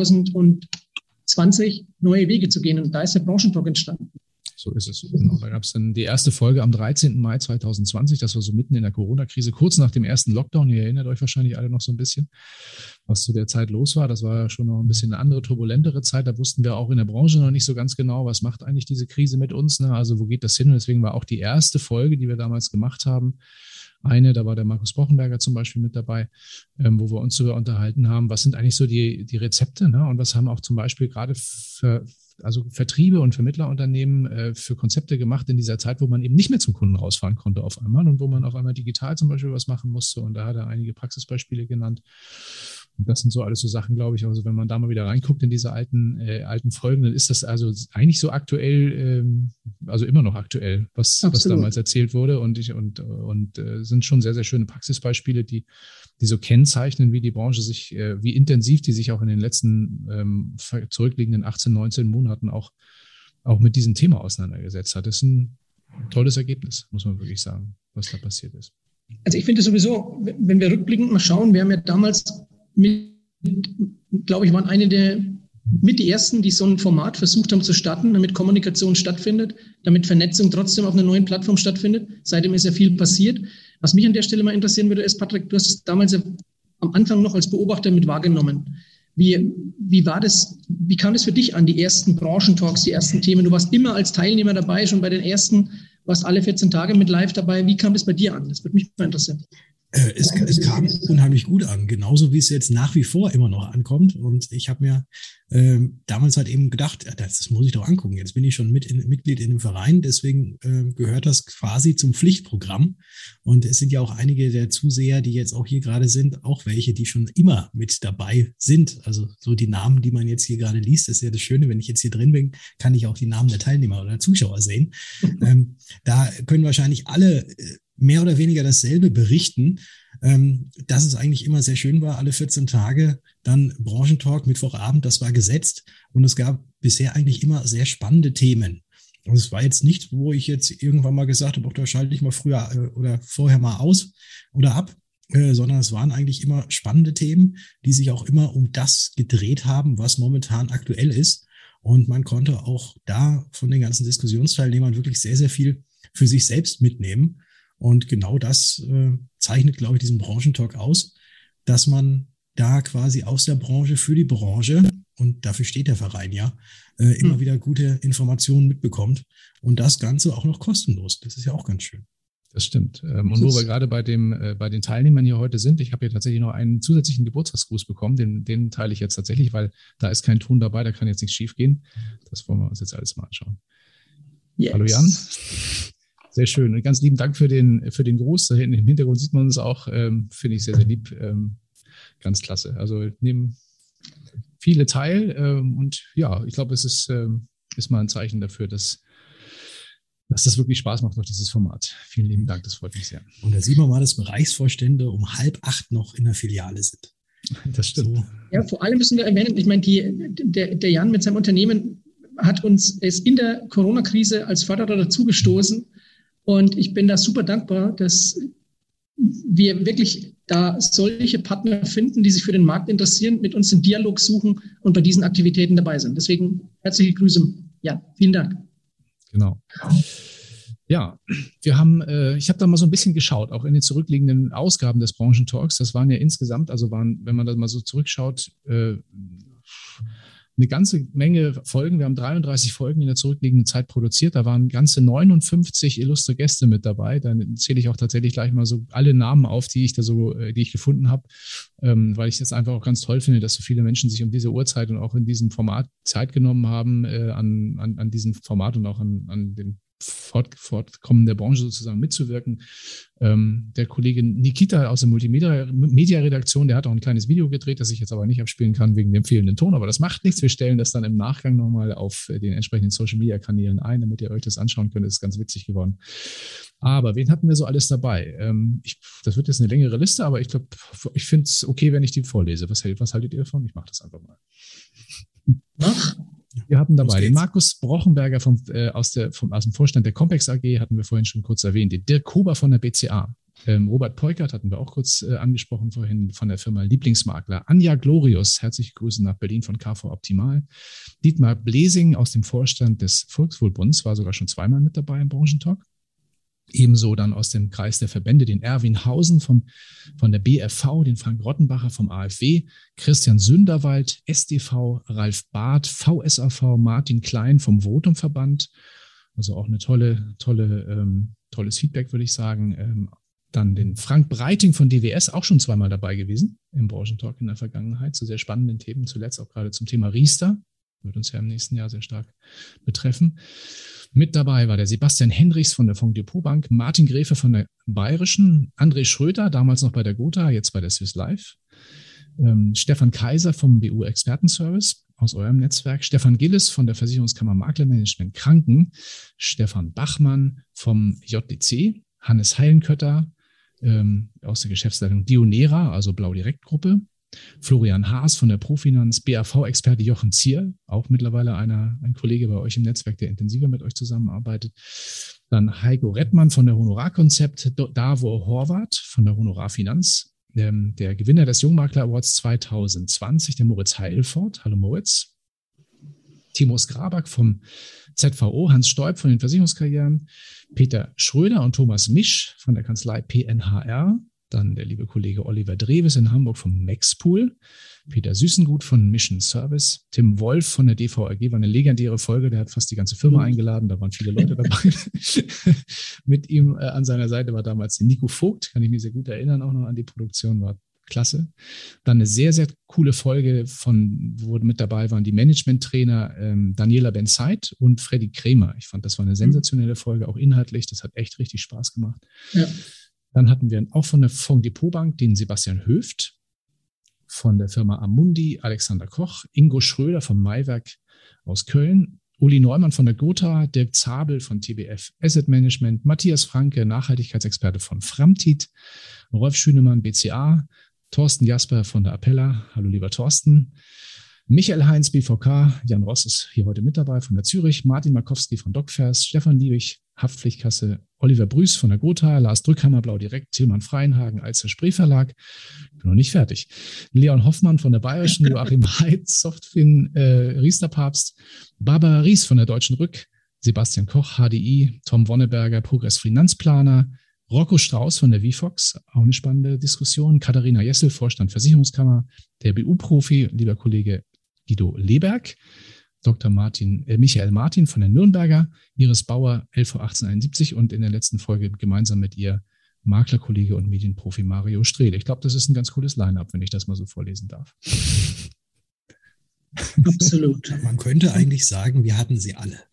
zweitausendzwanzig neue Wege zu gehen. Und da ist der Branchentalk entstanden. So ist es. Genau. Da gab es dann die erste Folge am dreizehnten Mai zweitausendzwanzig. Das war so mitten in der Corona-Krise, kurz nach dem ersten Lockdown. Ihr erinnert euch wahrscheinlich alle noch so ein bisschen, was zu der Zeit los war. Das war ja schon noch ein bisschen eine andere, turbulentere Zeit. Da wussten wir auch in der Branche noch nicht so ganz genau, was macht eigentlich diese Krise mit uns. Ne? Also wo geht das hin? Und deswegen war auch die erste Folge, die wir damals gemacht haben, eine, da war der Markus Bochenberger zum Beispiel mit dabei, ähm, wo wir uns darüber unterhalten haben, was sind eigentlich so die, die Rezepte, ne? Und was haben auch zum Beispiel gerade für also Vertriebe und Vermittlerunternehmen äh, für Konzepte gemacht in dieser Zeit, wo man eben nicht mehr zum Kunden rausfahren konnte auf einmal und wo man auf einmal digital zum Beispiel was machen musste. Und da hat er einige Praxisbeispiele genannt. Und das sind so alles so Sachen, glaube ich. Also wenn man da mal wieder reinguckt in diese alten, äh, alten Folgen, dann ist das also eigentlich so aktuell, ähm, also immer noch aktuell, was, was damals erzählt wurde. Und ich und, und äh, sind schon sehr, sehr schöne Praxisbeispiele, die, die so kennzeichnen, wie die Branche sich, äh, wie intensiv die sich auch in den letzten ähm, zurückliegenden achtzehn, neunzehn Monaten auch, auch mit diesem Thema auseinandergesetzt hat. Das ist ein tolles Ergebnis, muss man wirklich sagen, was da passiert ist. Also ich finde sowieso, wenn wir rückblickend mal schauen, wir haben ja damals mit, glaube ich, waren eine der mit die ersten, die so ein Format versucht haben zu starten, damit Kommunikation stattfindet, damit Vernetzung trotzdem auf einer neuen Plattform stattfindet. Seitdem ist ja viel passiert. Was mich an der Stelle mal interessieren würde, ist, Patrick, du hast es damals ja am Anfang noch als Beobachter mit wahrgenommen. Wie, wie war das, wie kam das für dich an, die ersten Branchentalks, die ersten Themen? Du warst immer als Teilnehmer dabei, schon bei den ersten, warst alle vierzehn Tage mit live dabei. Wie kam das bei dir an? Das würde mich mal interessieren. Äh, es, es kam unheimlich gut an, genauso wie es jetzt nach wie vor immer noch ankommt. Und ich habe mir äh, damals halt eben gedacht, ja, das, das muss ich doch angucken. Jetzt bin ich schon mit in, Mitglied in dem Verein, deswegen äh, gehört das quasi zum Pflichtprogramm. Und es sind ja auch einige der Zuseher, die jetzt auch hier gerade sind, auch welche, die schon immer mit dabei sind. Also so die Namen, die man jetzt hier gerade liest, ist ja das Schöne, wenn ich jetzt hier drin bin, kann ich auch die Namen der Teilnehmer oder Zuschauer sehen. ähm, da können wahrscheinlich alle äh, mehr oder weniger dasselbe berichten, ähm, dass es eigentlich immer sehr schön war, alle vierzehn Tage dann Branchentalk, Mittwochabend, das war gesetzt und es gab bisher eigentlich immer sehr spannende Themen. Und es war jetzt nicht, wo ich jetzt irgendwann mal gesagt habe, auch da schalte ich mal früher äh, oder vorher mal aus oder ab, äh, sondern es waren eigentlich immer spannende Themen, die sich auch immer um das gedreht haben, was momentan aktuell ist. Und man konnte auch da von den ganzen Diskussionsteilnehmern wirklich sehr, sehr viel für sich selbst mitnehmen. Und genau das äh, zeichnet, glaube ich, diesen Branchentalk aus, dass man da quasi aus der Branche für die Branche, und dafür steht der Verein ja, äh, immer mhm. wieder gute Informationen mitbekommt. Und das Ganze auch noch kostenlos. Das ist ja auch ganz schön. Das stimmt. Ähm, und wo wir gerade bei dem, äh, bei den Teilnehmern hier heute sind, ich habe hier tatsächlich noch einen zusätzlichen Geburtstagsgruß bekommen, den, den teile ich jetzt tatsächlich, weil da ist kein Ton dabei, da kann jetzt nichts schief gehen. Das wollen wir uns jetzt alles mal anschauen. Yes. Hallo Jan. Sehr schön. Und ganz lieben Dank für den, für den Gruß. Da hinten im Hintergrund sieht man uns auch. Ähm, finde ich sehr, sehr lieb. Ähm, ganz klasse. Also nehmen viele teil. Ähm, und ja, ich glaube, es ist, ähm, ist mal ein Zeichen dafür, dass, dass das wirklich Spaß macht, noch dieses Format. Vielen lieben Dank. Das freut mich sehr. Und da sieht man mal, dass Bereichsvorstände um halb acht noch in der Filiale sind. Das stimmt. So. Ja, vor allem müssen wir erwähnen, ich meine, die, der, der Jan mit seinem Unternehmen hat uns es in der Corona-Krise als Förderer dazugestoßen. Und ich bin da super dankbar, dass wir wirklich da solche Partner finden, die sich für den Markt interessieren, mit uns den Dialog suchen und bei diesen Aktivitäten dabei sind. Deswegen herzliche Grüße. Ja, vielen Dank. Genau. Ja, wir haben, äh, ich habe da mal so ein bisschen geschaut, auch in den zurückliegenden Ausgaben des Branchentalks. Das waren ja insgesamt, also waren, wenn man da mal so zurückschaut, äh, eine ganze Menge Folgen. Wir haben dreiunddreißig Folgen in der zurückliegenden Zeit produziert. Da waren ganze neunundfünfzig illustre Gäste mit dabei. Dann zähle ich auch tatsächlich gleich mal so alle Namen auf, die ich da so, die ich gefunden habe, ähm, weil ich das einfach auch ganz toll finde, dass so viele Menschen sich um diese Uhrzeit und auch in diesem Format Zeit genommen haben, äh, an, an, an diesem Format und auch an, an dem Fort, Fortkommen der Branche sozusagen mitzuwirken. Ähm, der Kollege Nikita aus der Multimedia-Redaktion, der hat auch ein kleines Video gedreht, das ich jetzt aber nicht abspielen kann wegen dem fehlenden Ton, aber das macht nichts. Wir stellen das dann im Nachgang nochmal auf den entsprechenden Social-Media-Kanälen ein, damit ihr euch das anschauen könnt. Das ist ganz witzig geworden. Aber wen hatten wir so alles dabei? Ähm, ich, das wird jetzt eine längere Liste, aber ich glaube, ich finde es okay, wenn ich die vorlese. Was, was haltet ihr davon? Ich mache das einfach mal. Mach. Wir hatten dabei den Markus Brochenberger vom, äh, aus, der, vom, aus dem Vorstand der Compex A G, hatten wir vorhin schon kurz erwähnt, den Dirk Kober von der B C A, ähm, Robert Peukert hatten wir auch kurz äh, angesprochen vorhin von der Firma Lieblingsmakler, Anja Glorius, herzliche Grüße nach Berlin von K V Optimal, Dietmar Blesing aus dem Vorstand des Volkswohlbunds, war sogar schon zweimal mit dabei im Branchentalk. Ebenso dann aus dem Kreis der Verbände den Erwin Hausen vom, von der B F V, den Frank Rottenbacher vom A F W, Christian Sünderwald, S D V, Ralf Barth, V S A V, Martin Klein vom Votum-Verband. Also auch eine tolle, tolle, ähm, tolles Feedback, würde ich sagen. Ähm, dann den Frank Breiting von D W S, auch schon zweimal dabei gewesen im Branchentalk in der Vergangenheit, zu sehr spannenden Themen, zuletzt auch gerade zum Thema Riester. Wird uns ja im nächsten Jahr sehr stark betreffen. Mit dabei war der Sebastian Henrichs von der Fonds Depot Bank, Martin Gräfe von der Bayerischen, André Schröter, damals noch bei der Gotha, jetzt bei der Swiss Life, ähm, Stefan Kaiser vom B U Expertenservice aus eurem Netzwerk, Stefan Gillis von der Versicherungskammer Maklermanagement Kranken, Stefan Bachmann vom J D C, Hannes Heilenkötter ähm, aus der Geschäftsleitung Dionera, also Blau Direkt Gruppe, Florian Haas von der Profinanz, B A V-Experte Jochen Zier, auch mittlerweile einer, ein Kollege bei euch im Netzwerk, der intensiver mit euch zusammenarbeitet. Dann Heiko Rettmann von der Honorarkonzept, Davo Horvath von der Honorarfinanz, ähm, der Gewinner des Jungmakler Awards zwanzig zwanzig, der Moritz Heilfort. Hallo Moritz. Timo Skrabak vom Z V O, Hans Stoib von den Versicherungskarrieren, Peter Schröder und Thomas Misch von der Kanzlei P N H R. Dann der liebe Kollege Oliver Drewes in Hamburg vom Maxpool, Peter Süßengut von Mission Service, Tim Wolf von der D V R G, war eine legendäre Folge, der hat fast die ganze Firma eingeladen, da waren viele Leute dabei. Mit ihm äh, an seiner Seite war damals der Nico Vogt, kann ich mich sehr gut erinnern, auch noch an die Produktion, war klasse. Dann eine sehr, sehr coole Folge, von, wo mit dabei waren die Management-Trainer ähm, Daniela Benzeit und Freddy Krämer. Ich fand, das war eine sensationelle Folge, auch inhaltlich, das hat echt richtig Spaß gemacht. Ja. Dann hatten wir auch von der Fonds-Depot-Bank den Sebastian Höft, von der Firma Amundi Alexander Koch, Ingo Schröder vom Maiwerk aus Köln, Uli Neumann von der Gotha, Dirk Zabel von T B F Asset Management, Matthias Franke, Nachhaltigkeitsexperte von Framtit, Rolf Schünemann, B C A, Thorsten Jasper von der Appella, hallo lieber Thorsten, Michael Heinz, B V K, Jan Ross ist hier heute mit dabei von der Zürich, Martin Markowski von DocFairs, Stefan Liebig, Haftpflichtkasse, Oliver Brüß von der Gotha, Lars Drückhammer, Blau Direkt, Tilman Freienhagen, Alzer Spree Verlag, ich bin noch nicht fertig, Leon Hoffmann von der Bayerischen, Joachim Heid, Softfin, äh, Riester Papst, Barbara Ries von der Deutschen Rück, Sebastian Koch, H D I, Tom Wonneberger, Progress Finanzplaner, Rocco Strauß von der VFox, auch eine spannende Diskussion, Katharina Jessel, Vorstand Versicherungskammer, der B U-Profi, lieber Kollege Guido Leberg, Doktor Martin, äh, Michael Martin von der Nürnberger, Iris Bauer, L V achtzehnhunderteinundsiebzig und in der letzten Folge gemeinsam mit ihr Maklerkollege und Medienprofi Mario Strehl. Ich glaube, das ist ein ganz cooles Line-Up, wenn ich das mal so vorlesen darf. Absolut. Man könnte eigentlich sagen, wir hatten sie alle.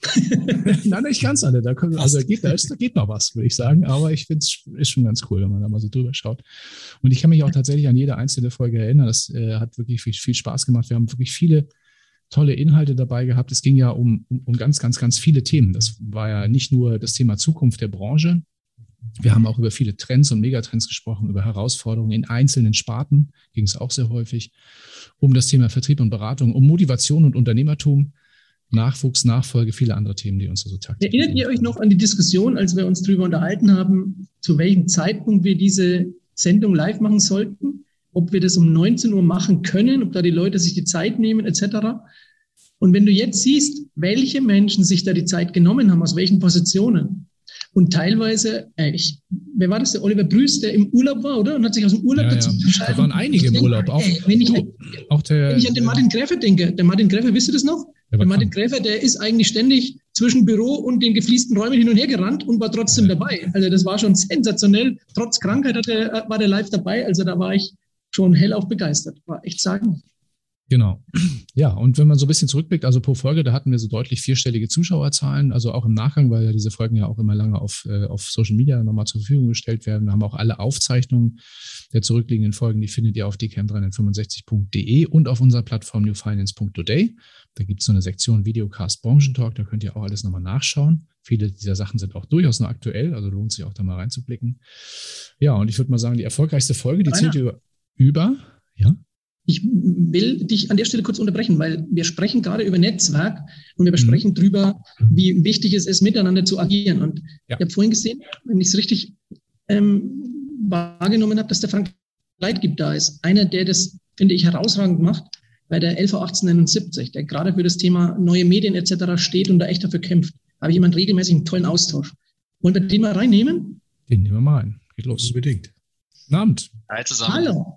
Nein, nicht ganz alle. Da können, also da geht, da, ist, da geht noch was, würde ich sagen. Aber ich finde es ist schon ganz cool, wenn man da mal so drüber schaut. Und ich kann mich auch tatsächlich an jede einzelne Folge erinnern. Das äh, hat wirklich viel, viel Spaß gemacht. Wir haben wirklich viele tolle Inhalte dabei gehabt. Es ging ja um, um, um ganz, ganz, ganz viele Themen. Das war ja nicht nur das Thema Zukunft der Branche. Wir haben auch über viele Trends und Megatrends gesprochen, über Herausforderungen in einzelnen Sparten, ging es auch sehr häufig, um das Thema Vertrieb und Beratung, um Motivation und Unternehmertum, Nachwuchs, Nachfolge, viele andere Themen, die uns so taktisch. Erinnert ihr euch noch an die Diskussion, als wir uns darüber unterhalten haben, zu welchem Zeitpunkt wir diese Sendung live machen sollten? Ob wir das um neunzehn Uhr machen können, ob da die Leute sich die Zeit nehmen, et cetera. Und wenn du jetzt siehst, welche Menschen sich da die Zeit genommen haben, aus welchen Positionen, und teilweise, äh, ich, wer war das, der Oliver Brüß, der im Urlaub war, oder? Und hat sich aus dem Urlaub ja, dazu ja. entscheiden. Da waren einige im Urlaub. Auch, ey, wenn, ich, du, auch der, wenn ich an den Martin Gräfer denke, der Martin Gräfer, wisst ihr das noch? Der, der Martin Gräfer, der ist eigentlich ständig zwischen Büro und den gefliesten Räumen hin und her gerannt und war trotzdem ja. dabei. Also das war schon sensationell. Trotz Krankheit hat er, war der live dabei. Also da war ich schon hellauf begeistert. War echt sagen. Genau. Ja, und wenn man so ein bisschen zurückblickt, also pro Folge, da hatten wir so deutlich vierstellige Zuschauerzahlen, also auch im Nachgang, weil ja diese Folgen ja auch immer lange auf, äh, auf Social Media nochmal zur Verfügung gestellt werden. Wir haben auch alle Aufzeichnungen der zurückliegenden Folgen, die findet ihr auf d k m dreihundertfünfundsechzig punkt d e und auf unserer Plattform new finance punkt today. Da gibt es so eine Sektion Videocast Branchentalk, da könnt ihr auch alles nochmal nachschauen. Viele dieser Sachen sind auch durchaus noch aktuell, also lohnt sich auch da mal reinzublicken. Ja, und ich würde mal sagen, die erfolgreichste Folge, die zählt über, über, ja? Ich will dich an der Stelle kurz unterbrechen, weil wir sprechen gerade über Netzwerk und wir besprechen mhm. drüber, wie wichtig es ist, miteinander zu agieren. Und ja. ich habe vorhin gesehen, wenn ich es richtig ähm, wahrgenommen habe, dass der Frank Leitgeb da ist. Einer, der das, finde ich, herausragend macht bei der L V achtzehnhundertneunundsiebzig, der gerade für das Thema neue Medien et cetera steht und da echt dafür kämpft. Da habe ich jemand regelmäßig einen tollen Austausch. Wollen wir den mal reinnehmen? Den nehmen wir mal rein. Geht los. Unbedingt. Guten Abend. Hi zusammen. Hallo.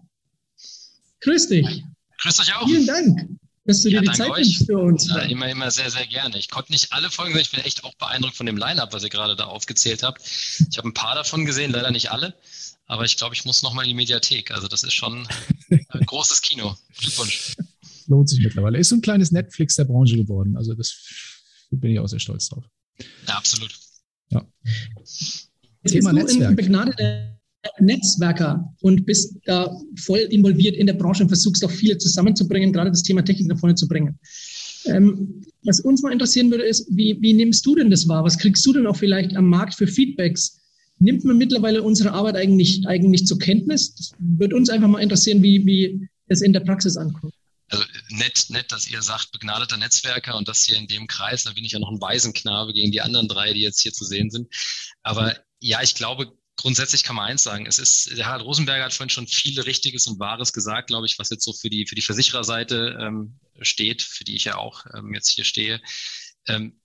Grüß dich. Grüß euch auch. Vielen Dank, dass du ja, dir die Zeit nimmst für uns. Ja, immer, immer sehr, sehr gerne. Ich konnte nicht alle Folgen sehen. Ich bin echt auch beeindruckt von dem Line-Up, was ihr gerade da aufgezählt habt. Ich habe ein paar davon gesehen, leider nicht alle. Aber ich glaube, ich muss nochmal in die Mediathek. Also das ist schon ein großes Kino. Glückwunsch. Lohnt sich mittlerweile. Ist so ein kleines Netflix der Branche geworden. Also das bin ich auch sehr stolz drauf. Ja, absolut. Ja. Jetzt Thema bist du Netzwerk. Ein begnadeter Netzwerker und bist da voll involviert in der Branche und versuchst auch viele zusammenzubringen, gerade das Thema Technik nach vorne zu bringen. Ähm, was uns mal interessieren würde, ist, wie, wie nimmst du denn das wahr? Was kriegst du denn auch vielleicht am Markt für Feedbacks? Nimmt man mittlerweile unsere Arbeit eigentlich, eigentlich zur Kenntnis? Das würde uns einfach mal interessieren, wie, wie es in der Praxis ankommt. Also nett, nett, dass ihr sagt, begnadeter Netzwerker und das hier in dem Kreis, da bin ich ja noch ein Waisenknabe gegen die anderen drei, die jetzt hier zu sehen sind. Aber ja, ich glaube, grundsätzlich kann man eins sagen, es ist, der Harald Rosenberger hat vorhin schon viel Richtiges und Wahres gesagt, glaube ich, was jetzt so für die, für die Versichererseite ähm, steht, für die ich ja auch ähm, jetzt hier stehe. Ähm,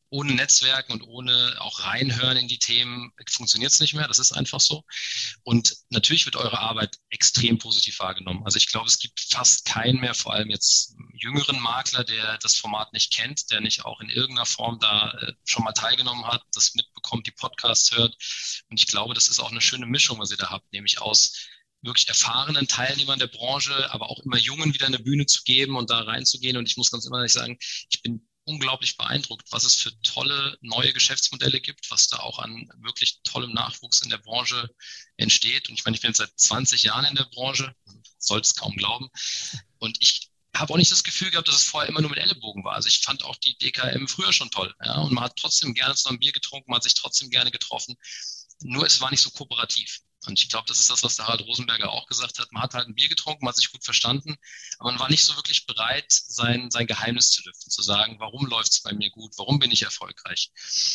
ohne Netzwerken und ohne auch reinhören in die Themen funktioniert es nicht mehr. Das ist einfach so. Und natürlich wird eure Arbeit extrem positiv wahrgenommen. Also ich glaube, es gibt fast keinen mehr, vor allem jetzt jüngeren Makler, der das Format nicht kennt, der nicht auch in irgendeiner Form da äh, schon mal teilgenommen hat, das mitbekommt, die Podcasts hört. Und ich glaube, das ist auch eine schöne Mischung, was ihr da habt, nämlich aus wirklich erfahrenen Teilnehmern der Branche, aber auch immer Jungen wieder eine Bühne zu geben und da reinzugehen. Und ich muss ganz ehrlich sagen, ich bin unglaublich beeindruckt, was es für tolle neue Geschäftsmodelle gibt, was da auch an wirklich tollem Nachwuchs in der Branche entsteht. Und ich meine, ich bin jetzt seit zwanzig Jahren in der Branche, sollte es kaum glauben. Und ich habe auch nicht das Gefühl gehabt, dass es vorher immer nur mit Ellenbogen war. Also ich fand auch die D K M früher schon toll. Ja? Und man hat trotzdem gerne zusammen Bier getrunken, man hat sich trotzdem gerne getroffen. Nur es war nicht so kooperativ. Und ich glaube, das ist das, was der Harald Rosenberger auch gesagt hat. Man hat halt ein Bier getrunken, man hat sich gut verstanden, aber man war nicht so wirklich bereit, sein, sein Geheimnis zu lüften, zu sagen, warum läuft es bei mir gut, warum bin ich erfolgreich.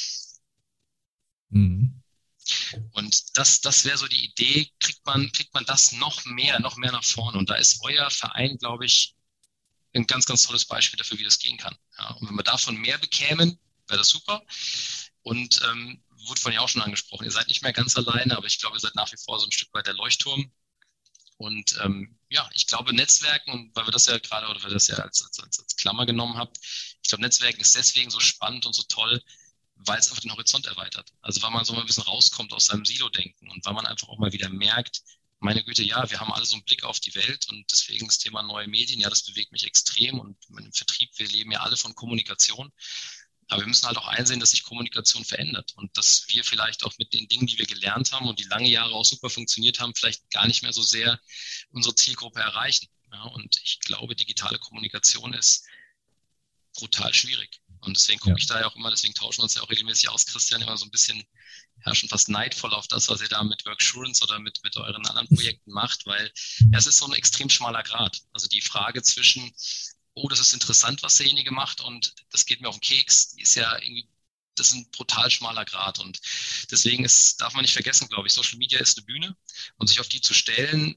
Mhm. Und das, das wäre so die Idee, kriegt man, kriegt man das noch mehr, noch mehr nach vorne. Und da ist euer Verein, glaube ich, ein ganz, ganz tolles Beispiel dafür, wie das gehen kann. Ja, und wenn wir davon mehr bekämen, wäre das super. Und ähm, wurde von ihr auch schon angesprochen, ihr seid nicht mehr ganz alleine, aber ich glaube, ihr seid nach wie vor so ein Stück weit der Leuchtturm. Und ähm, ja, ich glaube, Netzwerken, und weil wir das ja gerade, oder weil ihr das ja als, als, als Klammer genommen habt, ich glaube, Netzwerken ist deswegen so spannend und so toll, weil es einfach den Horizont erweitert. Also weil man so mal ein bisschen rauskommt aus seinem Silo-Denken und weil man einfach auch mal wieder merkt, meine Güte, ja, wir haben alle so einen Blick auf die Welt und deswegen das Thema neue Medien, ja, das bewegt mich extrem und im Vertrieb, wir leben ja alle von Kommunikation. Aber wir müssen halt auch einsehen, dass sich Kommunikation verändert und dass wir vielleicht auch mit den Dingen, die wir gelernt haben und die lange Jahre auch super funktioniert haben, vielleicht gar nicht mehr so sehr unsere Zielgruppe erreichen. Ja, und ich glaube, digitale Kommunikation ist brutal schwierig. Und deswegen gucke ja. ich da ja auch immer, deswegen tauschen wir uns ja auch regelmäßig aus, Christian, immer so ein bisschen, ja, schon fast neidvoll auf das, was ihr da mit Worksurance oder mit, mit euren anderen Projekten macht, weil ja, es ist so ein extrem schmaler Grad. Also die Frage zwischen, oh, das ist interessant, was derjenige macht und das geht mir auf den Keks, die ist ja irgendwie, das ist ein brutal schmaler Grad und deswegen ist, darf man nicht vergessen, glaube ich, Social Media ist eine Bühne und sich auf die zu stellen,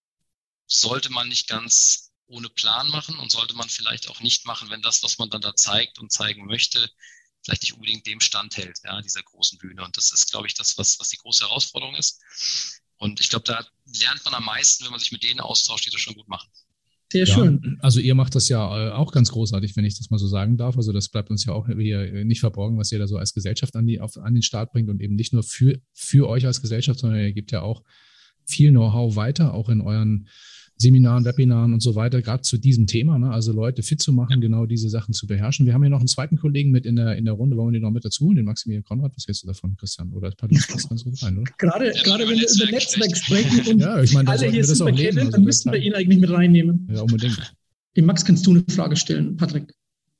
sollte man nicht ganz ohne Plan machen und sollte man vielleicht auch nicht machen, wenn das, was man dann da zeigt und zeigen möchte, vielleicht nicht unbedingt dem standhält, ja, dieser großen Bühne. Und das ist, glaube ich, das, was, was die große Herausforderung ist. Und ich glaube, da lernt man am meisten, wenn man sich mit denen austauscht, die das schon gut machen. Sehr ja, schön. Also ihr macht das ja auch ganz großartig, wenn ich das mal so sagen darf. Also das bleibt uns ja auch hier nicht verborgen, was ihr da so als Gesellschaft an, die, auf, an den Start bringt und eben nicht nur für, für euch als Gesellschaft, sondern ihr gebt ja auch viel Know-how weiter, auch in euren Seminaren, Webinaren und so weiter, gerade zu diesem Thema, ne? Also Leute fit zu machen, genau diese Sachen zu beherrschen. Wir haben hier noch einen zweiten Kollegen mit in der, in der Runde, wollen wir den noch mit dazu, den Maximilian Konrad. Was hältst du davon, Christian? Oder passt das ganz gut rein, oder? Gerade, ja, gerade wenn wir über Netzwerk sprechen und ja, ich meine, alle hier super kennen, also dann müssten wir ihn eigentlich mit reinnehmen. Ja, unbedingt. Dem Max kannst du eine Frage stellen, Patrick.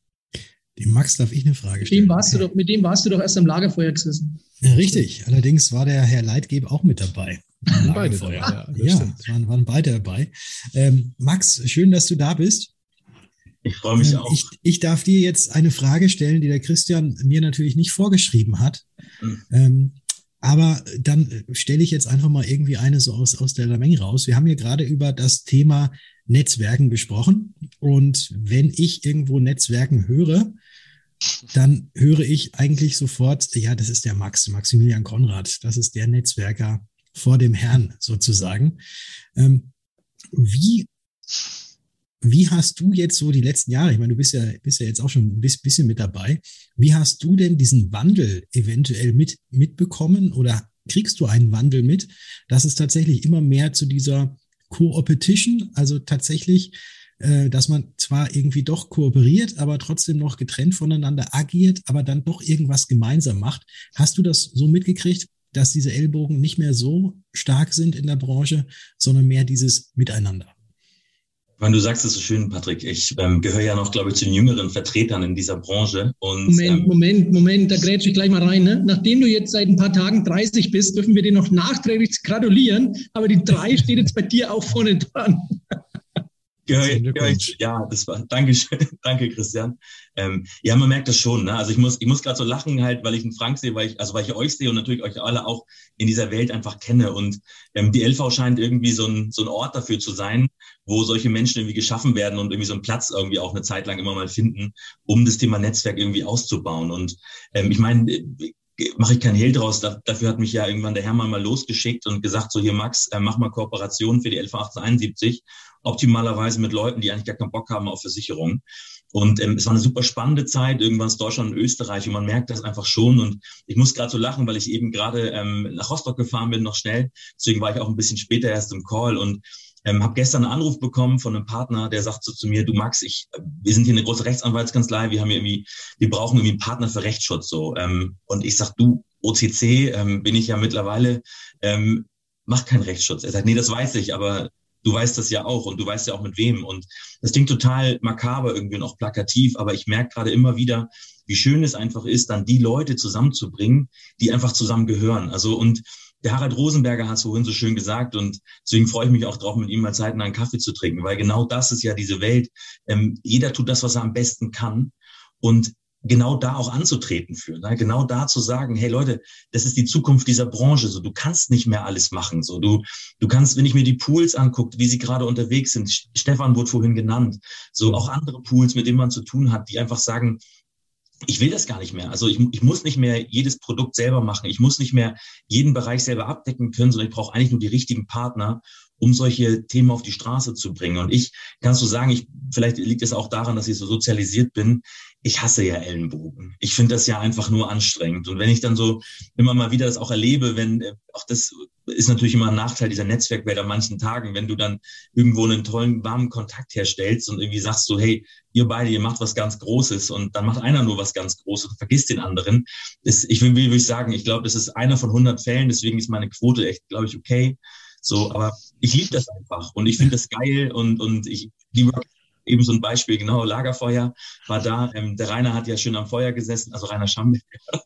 Dem Max darf ich eine Frage stellen. Mit dem warst, okay. du, doch, mit dem warst du doch erst am Lagerfeuer gesessen. Ja, richtig. Allerdings war der Herr Leitgeb auch mit dabei. Beide dabei, ja. Ja, es waren, waren beide dabei. Ähm, Max, schön, dass du da bist. Ich freue mich ähm, auch. Ich, ich darf dir jetzt eine Frage stellen, die der Christian mir natürlich nicht vorgeschrieben hat. Mhm. Ähm, aber dann stelle ich jetzt einfach mal irgendwie eine so aus, aus der Menge raus. Wir haben hier gerade über das Thema Netzwerken gesprochen. Und wenn ich irgendwo Netzwerken höre, dann höre ich eigentlich sofort, ja, das ist der Max, Maximilian Konrad. Das ist der Netzwerker vor dem Herrn sozusagen. Ähm, wie, wie hast du jetzt so die letzten Jahre, ich meine, du bist ja, bist ja jetzt auch schon ein bisschen mit dabei, wie hast du denn diesen Wandel eventuell mit, mitbekommen oder kriegst du einen Wandel mit, dass es tatsächlich immer mehr zu dieser Co-Opetition, also tatsächlich, äh, dass man zwar irgendwie doch kooperiert, aber trotzdem noch getrennt voneinander agiert, aber dann doch irgendwas gemeinsam macht. Hast du das so mitgekriegt, dass diese Ellbogen nicht mehr so stark sind in der Branche, sondern mehr dieses Miteinander? Wenn du sagst es so schön, Patrick, ich ähm, gehöre ja noch, glaube ich, zu den jüngeren Vertretern in dieser Branche. Und, Moment, ähm, Moment, Moment, da grätsche ich gleich mal rein. Ne? Nachdem du jetzt seit ein paar Tagen dreißig bist, dürfen wir dir noch nachträglich gratulieren, aber die drei steht jetzt bei dir auch vorne dran. Gehör, gehör ich, ja, das war, danke schön, danke Christian. Ähm, ja, man merkt das schon, ne? Also ich muss, ich muss gerade so lachen halt, weil ich einen Frank sehe, weil ich, also weil ich euch sehe und natürlich euch alle auch in dieser Welt einfach kenne und ähm, die L V scheint irgendwie so ein so ein Ort dafür zu sein, wo solche Menschen irgendwie geschaffen werden und irgendwie so einen Platz irgendwie auch eine Zeit lang immer mal finden, um das Thema Netzwerk irgendwie auszubauen. Und ähm, ich meine, mache ich keinen Hehl draus. Da, dafür hat mich ja irgendwann der Hermann mal losgeschickt und gesagt, so hier Max, äh, mach mal Kooperationen für die L V achtzehnhunderteinundsiebzig, optimalerweise mit Leuten, die eigentlich gar keinen Bock haben auf Versicherungen. Und ähm, es war eine super spannende Zeit, irgendwann ist Deutschland und Österreich und man merkt das einfach schon. Und ich muss gerade so lachen, weil ich eben gerade ähm, nach Rostock gefahren bin, noch schnell. Deswegen war ich auch ein bisschen später erst im Call und ähm, habe gestern einen Anruf bekommen von einem Partner, der sagt so zu mir, du Max, ich, wir sind hier eine große Rechtsanwaltskanzlei, wir haben hier irgendwie, wir brauchen irgendwie einen Partner für Rechtsschutz. So. Ähm, und ich sag, du, O C C ähm, bin ich ja mittlerweile, ähm, mach keinen Rechtsschutz. Er sagt, nee, das weiß ich, aber du weißt das ja auch und du weißt ja auch mit wem. Und das klingt total makaber irgendwie und auch plakativ, aber ich merke gerade immer wieder, wie schön es einfach ist, dann die Leute zusammenzubringen, die einfach zusammen gehören. Also und der Harald Rosenberger hat es vorhin so schön gesagt und deswegen freue ich mich auch drauf, mit ihm mal zeitnah einen Kaffee zu trinken, weil genau das ist ja diese Welt. Ähm, jeder tut das, was er am besten kann und genau da auch anzutreten für, ne? Genau da zu sagen, hey Leute, das ist die Zukunft dieser Branche, so du kannst nicht mehr alles machen, so du du kannst, wenn ich mir die Pools angucke, wie sie gerade unterwegs sind, Stefan wurde vorhin genannt, so auch andere Pools, mit denen man zu tun hat, die einfach sagen, ich will das gar nicht mehr. Also ich, ich muss nicht mehr jedes Produkt selber machen. Ich muss nicht mehr jeden Bereich selber abdecken können, sondern ich brauche eigentlich nur die richtigen Partner, um solche Themen auf die Straße zu bringen. Und ich kannst du sagen, ich, vielleicht liegt es auch daran, dass ich so sozialisiert bin. Ich hasse ja Ellenbogen. Ich finde das ja einfach nur anstrengend. Und wenn ich dann so immer mal wieder das auch erlebe, wenn, auch das ist natürlich immer ein Nachteil dieser Netzwerkwelt an manchen Tagen, wenn du dann irgendwo einen tollen, warmen Kontakt herstellst und irgendwie sagst so, hey, ihr beide, ihr macht was ganz Großes und dann macht einer nur was ganz Großes und vergisst den anderen. Das, ich will, will ich sagen, ich glaube, das ist einer von hundert Fällen, deswegen ist meine Quote echt, glaube ich, okay. So, aber ich liebe das einfach und ich finde das geil und, und ich liebe eben so ein Beispiel, genau, Lagerfeuer war da. Ähm, der Rainer hat ja schön am Feuer gesessen, also Rainer Schambeck.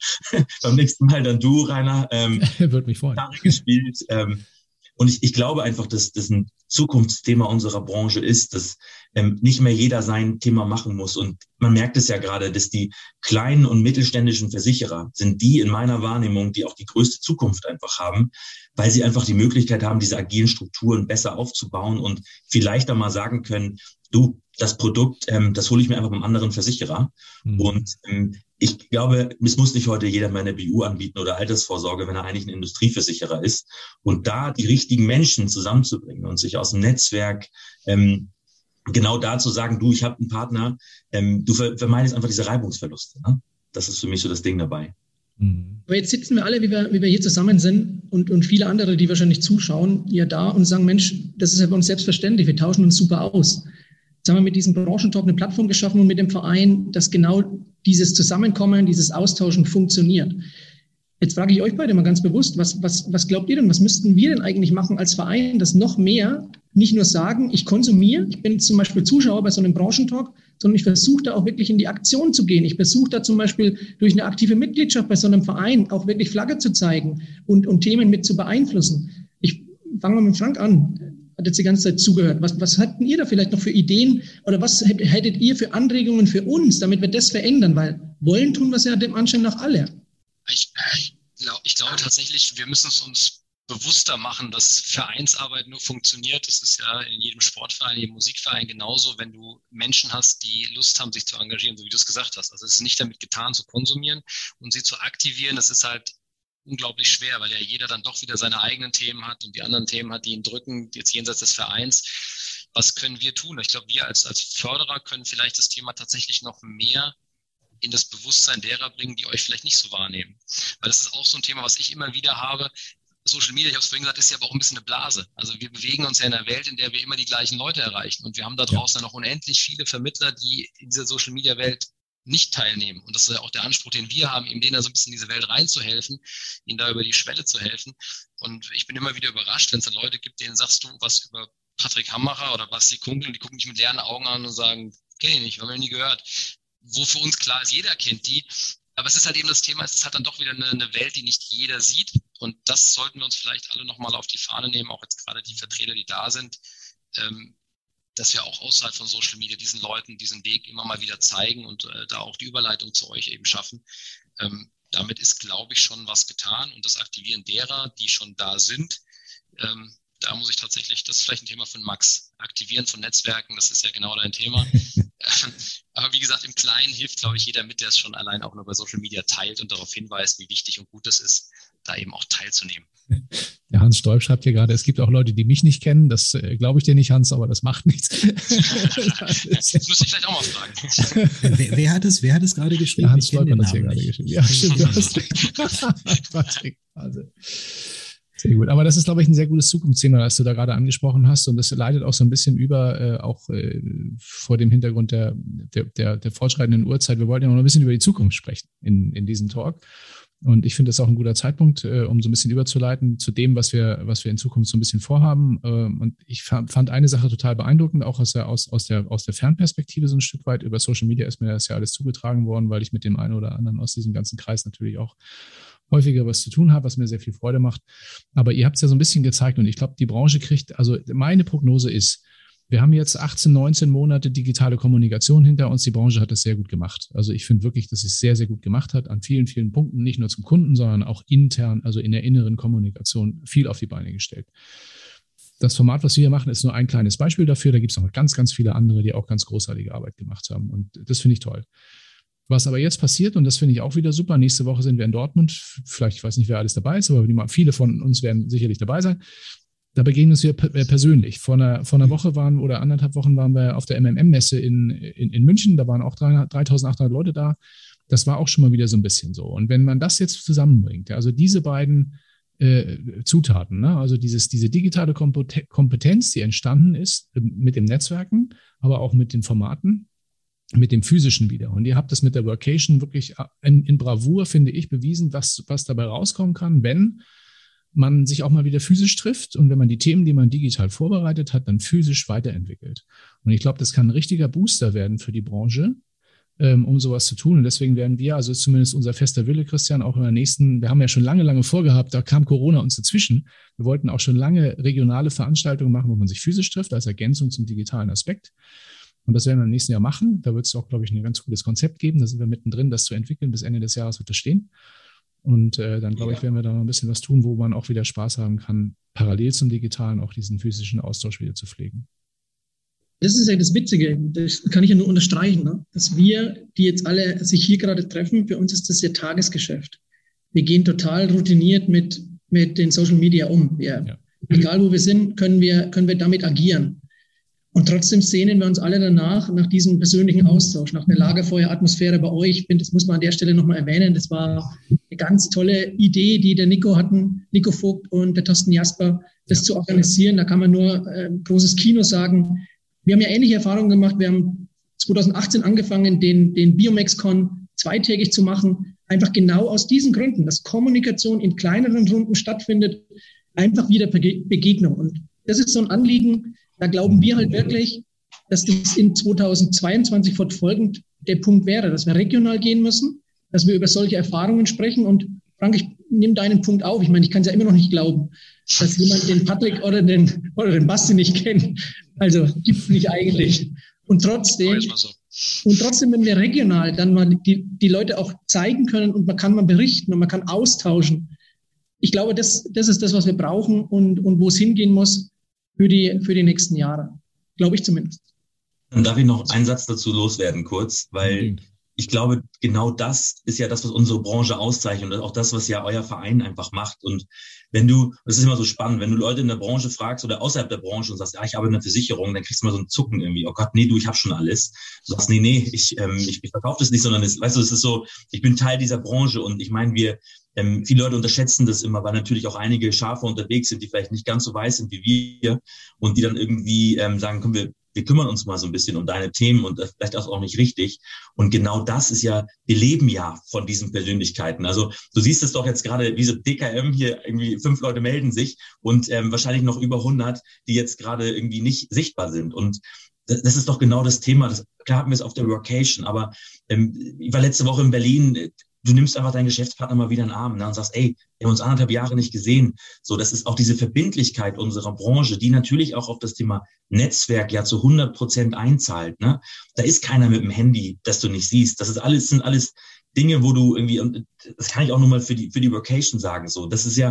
Beim nächsten Mal dann du, Rainer. Ähm, Würde mich freuen. Gespielt. Ähm, und ich, ich glaube einfach, dass das ein Zukunftsthema unserer Branche ist, dass ähm, nicht mehr jeder sein Thema machen muss. Und man merkt es ja gerade, dass die kleinen und mittelständischen Versicherer sind die in meiner Wahrnehmung, die auch die größte Zukunft einfach haben, weil sie einfach die Möglichkeit haben, diese agilen Strukturen besser aufzubauen und viel leichter mal sagen können, du, das Produkt, ähm, das hole ich mir einfach beim anderen Versicherer. Mhm. Und ähm, ich glaube, es muss nicht heute jeder mehr eine B U anbieten oder Altersvorsorge, wenn er eigentlich ein Industrieversicherer ist. Und da die richtigen Menschen zusammenzubringen und sich aus dem Netzwerk ähm, genau da zu sagen, du, ich habe einen Partner, ähm, du vermeidest einfach diese Reibungsverluste. Ne? Das ist für mich so das Ding dabei. Aber jetzt sitzen wir alle, wie wir, wie wir hier zusammen sind und, und viele andere, die wahrscheinlich zuschauen, ja da und sagen, Mensch, das ist ja bei uns selbstverständlich, wir tauschen uns super aus. Jetzt haben wir mit diesem Branchentalk eine Plattform geschaffen und mit dem Verein, dass genau dieses Zusammenkommen, dieses Austauschen funktioniert. Jetzt frage ich euch beide mal ganz bewusst, was, was, was glaubt ihr denn, was müssten wir denn eigentlich machen als Verein, dass noch mehr nicht nur sagen, ich konsumiere, ich bin zum Beispiel Zuschauer bei so einem Branchentalk, sondern ich versuche da auch wirklich in die Aktion zu gehen. Ich versuche da zum Beispiel durch eine aktive Mitgliedschaft bei so einem Verein auch wirklich Flagge zu zeigen und, und Themen mit zu beeinflussen. Ich fange mal mit Frank an. Hat jetzt die ganze Zeit zugehört. Was, was hatten ihr da vielleicht noch für Ideen oder was hättet ihr für Anregungen für uns, damit wir das verändern? Weil wollen tun wir es ja dem Anschein nach alle. Ich, ich, glaub, ich glaube tatsächlich, wir müssen es uns bewusster machen, dass Vereinsarbeit nur funktioniert. Das ist ja in jedem Sportverein, in jedem Musikverein genauso, wenn du Menschen hast, die Lust haben, sich zu engagieren, so wie du es gesagt hast. Also es ist nicht damit getan, zu konsumieren und sie zu aktivieren. Das ist halt unglaublich schwer, weil ja jeder dann doch wieder seine eigenen Themen hat und die anderen Themen hat, die ihn drücken, jetzt jenseits des Vereins. Was können wir tun? Ich glaube, wir als, als Förderer können vielleicht das Thema tatsächlich noch mehr in das Bewusstsein derer bringen, die euch vielleicht nicht so wahrnehmen. Weil das ist auch so ein Thema, was ich immer wieder habe. Social Media, ich habe es vorhin gesagt, ist ja aber auch ein bisschen eine Blase. Also wir bewegen uns ja in einer Welt, in der wir immer die gleichen Leute erreichen. Und wir haben da draußen ja noch unendlich viele Vermittler, die in dieser Social Media Welt nicht teilnehmen. Und das ist ja auch der Anspruch, den wir haben, eben denen da so ein bisschen in diese Welt reinzuhelfen, ihnen da über die Schwelle zu helfen. Und ich bin immer wieder überrascht, wenn es da Leute gibt, denen sagst du was über Patrick Hammacher oder Basti Kunkel und die gucken dich mit leeren Augen an und sagen, kenne ich nicht, haben wir nie gehört. Wo für uns klar ist, jeder kennt die. Aber es ist halt eben das Thema, es ist halt dann doch wieder eine, eine Welt, die nicht jeder sieht. Und das sollten wir uns vielleicht alle nochmal auf die Fahne nehmen, auch jetzt gerade die Vertreter, die da sind, ähm, dass wir auch außerhalb von Social Media diesen Leuten diesen Weg immer mal wieder zeigen und äh, da auch die Überleitung zu euch eben schaffen. Ähm, damit ist, glaube ich, schon was getan. Und das Aktivieren derer, die schon da sind, ähm, da muss ich tatsächlich, das ist vielleicht ein Thema von Max, Aktivieren von Netzwerken, das ist ja genau dein Thema. Aber wie gesagt, im Kleinen hilft, glaube ich, jeder mit, der es schon allein auch nur bei Social Media teilt und darauf hinweist, wie wichtig und gut es ist, da eben auch teilzunehmen. Der Hans Stolp schreibt hier gerade, es gibt auch Leute, die mich nicht kennen. Das äh, glaube ich dir nicht, Hans, aber das macht nichts. Das müsste ich vielleicht auch mal fragen. wer, wer hat es, wer hat es gerade geschrieben? Der Hans Stolp hat das hier gerade geschrieben. Ja, stimmt, du hast recht. Also, sehr gut. Aber das ist, glaube ich, ein sehr gutes Zukunftsthema, das du da gerade angesprochen hast. Und das leitet auch so ein bisschen über, äh, auch äh, vor dem Hintergrund der, der, der, der fortschreitenden Uhrzeit. Wir wollten ja noch ein bisschen über die Zukunft sprechen in, in diesem Talk. Und ich finde das auch ein guter Zeitpunkt, äh, um so ein bisschen überzuleiten zu dem, was wir, was wir in Zukunft so ein bisschen vorhaben. Ähm, und ich fand eine Sache total beeindruckend, auch aus der, aus, aus der, aus der Fernperspektive so ein Stück weit. Über Social Media ist mir das ja alles zugetragen worden, weil ich mit dem einen oder anderen aus diesem ganzen Kreis natürlich auch häufiger was zu tun habe, was mir sehr viel Freude macht. Aber ihr habt es ja so ein bisschen gezeigt und ich glaube, die Branche kriegt, also meine Prognose ist, wir haben jetzt achtzehn, neunzehn Monate digitale Kommunikation hinter uns. Die Branche hat das sehr gut gemacht. Also ich finde wirklich, dass sie es sehr, sehr gut gemacht hat an vielen, vielen Punkten, nicht nur zum Kunden, sondern auch intern, also in der inneren Kommunikation viel auf die Beine gestellt. Das Format, was wir hier machen, ist nur ein kleines Beispiel dafür. Da gibt es noch ganz, ganz viele andere, die auch ganz großartige Arbeit gemacht haben. Und das finde ich toll. Was aber jetzt passiert, und das finde ich auch wieder super, nächste Woche sind wir in Dortmund. Vielleicht, ich weiß nicht, wer alles dabei ist, aber viele von uns werden sicherlich dabei sein. Da begegnen wir persönlich. Vor einer, vor einer Woche waren oder anderthalb Wochen waren wir auf der M M M-Messe in, in, in München. Da waren auch dreitausendachthundert Leute da. Das war auch schon mal wieder so ein bisschen so. Und wenn man das jetzt zusammenbringt, also diese beiden äh, Zutaten, ne? Also dieses, diese digitale Kompetenz, die entstanden ist mit dem Netzwerken, aber auch mit den Formaten, mit dem Physischen wieder. Und ihr habt das mit der Workation wirklich in, in Bravour, finde ich, bewiesen, was, was dabei rauskommen kann, wenn man sich auch mal wieder physisch trifft und wenn man die Themen, die man digital vorbereitet hat, dann physisch weiterentwickelt. Und ich glaube, das kann ein richtiger Booster werden für die Branche, ähm, um sowas zu tun. Und deswegen werden wir, also ist zumindest unser fester Wille, Christian, auch in der nächsten, wir haben ja schon lange, lange vorgehabt, da kam Corona uns dazwischen. Wir wollten auch schon lange regionale Veranstaltungen machen, wo man sich physisch trifft, als Ergänzung zum digitalen Aspekt. Und das werden wir im nächsten Jahr machen. Da wird es auch, glaube ich, ein ganz gutes Konzept geben. Da sind wir mittendrin, das zu entwickeln. Bis Ende des Jahres wird das stehen. Und äh, dann, glaube ja. ich, werden wir da noch ein bisschen was tun, wo man auch wieder Spaß haben kann, parallel zum Digitalen auch diesen physischen Austausch wieder zu pflegen. Das ist ja das Witzige, das kann ich ja nur unterstreichen, ne? Dass wir, die jetzt alle sich hier gerade treffen, für uns ist das ja Tagesgeschäft. Wir gehen total routiniert mit, mit den Social Media um. Wir, ja. Egal wo wir sind, können wir, können wir damit agieren. Und trotzdem sehnen wir uns alle danach, nach diesem persönlichen Austausch, nach der Lagerfeueratmosphäre bei euch. Ich finde, das muss man an der Stelle nochmal erwähnen. Das war eine ganz tolle Idee, die der Nico hatten, Nico Vogt und der Thorsten Jasper, das ja. zu organisieren. Da kann man nur äh, großes Kino sagen. Wir haben ja ähnliche Erfahrungen gemacht. Wir haben zwanzig achtzehn angefangen, den, den BiomexCon zweitägig zu machen. Einfach genau aus diesen Gründen, dass Kommunikation in kleineren Runden stattfindet, einfach wieder Begegnung. Und das ist so ein Anliegen. Da glauben wir halt wirklich, dass das in zweitausendzweiundzwanzig fortfolgend der Punkt wäre, dass wir regional gehen müssen, dass wir über solche Erfahrungen sprechen. Und Frank, ich nehme deinen Punkt auf. Ich meine, ich kann es ja immer noch nicht glauben, dass jemand den Patrick oder den, oder den Basti nicht kennt. Also gibt es nicht eigentlich. Und trotzdem, und trotzdem, wenn wir regional dann mal die, die Leute auch zeigen können und man kann mal berichten und man kann austauschen. Ich glaube, das, das ist das, was wir brauchen und, und wo es hingehen muss. Für die, für die nächsten Jahre. Glaube ich zumindest. Dann darf ich noch einen Satz dazu loswerden, kurz, weil ich glaube, genau das ist ja das, was unsere Branche auszeichnet und auch das, was ja euer Verein einfach macht. Und wenn du, das ist immer so spannend, wenn du Leute in der Branche fragst oder außerhalb der Branche und sagst, ja, ich habe eine Versicherung, dann kriegst du mal so einen Zucken irgendwie. Oh Gott, nee, du, ich habe schon alles. Du sagst, nee, nee, ich, ähm, ich, ich verkaufe das nicht, sondern es, weißt du, es ist so, ich bin Teil dieser Branche und ich meine, wir, Ähm, viele Leute unterschätzen das immer, weil natürlich auch einige Schafe unterwegs sind, die vielleicht nicht ganz so weiß sind wie wir und die dann irgendwie ähm, sagen, komm, wir, wir kümmern uns mal so ein bisschen um deine Themen und das vielleicht auch nicht richtig. Und genau das ist ja, wir leben ja von diesen Persönlichkeiten. Also du siehst es doch jetzt gerade, wie so D K M hier, irgendwie fünf Leute melden sich und ähm, wahrscheinlich noch über hundert, die jetzt gerade irgendwie nicht sichtbar sind. Und das, das ist doch genau das Thema. Das, klar hatten wir es auf der Workation, aber ähm, ich war letzte Woche in Berlin. Du nimmst einfach deinen Geschäftspartner mal wieder in den Arm, ne, und sagst, ey, wir haben uns anderthalb Jahre nicht gesehen. So, das ist auch diese Verbindlichkeit unserer Branche, die natürlich auch auf das Thema Netzwerk ja zu hundert Prozent einzahlt. Ne? Da ist keiner mit dem Handy, das du nicht siehst. Das ist alles, sind alles Dinge, wo du irgendwie, und das kann ich auch nur mal für die, für die Workation sagen, so, das ist ja,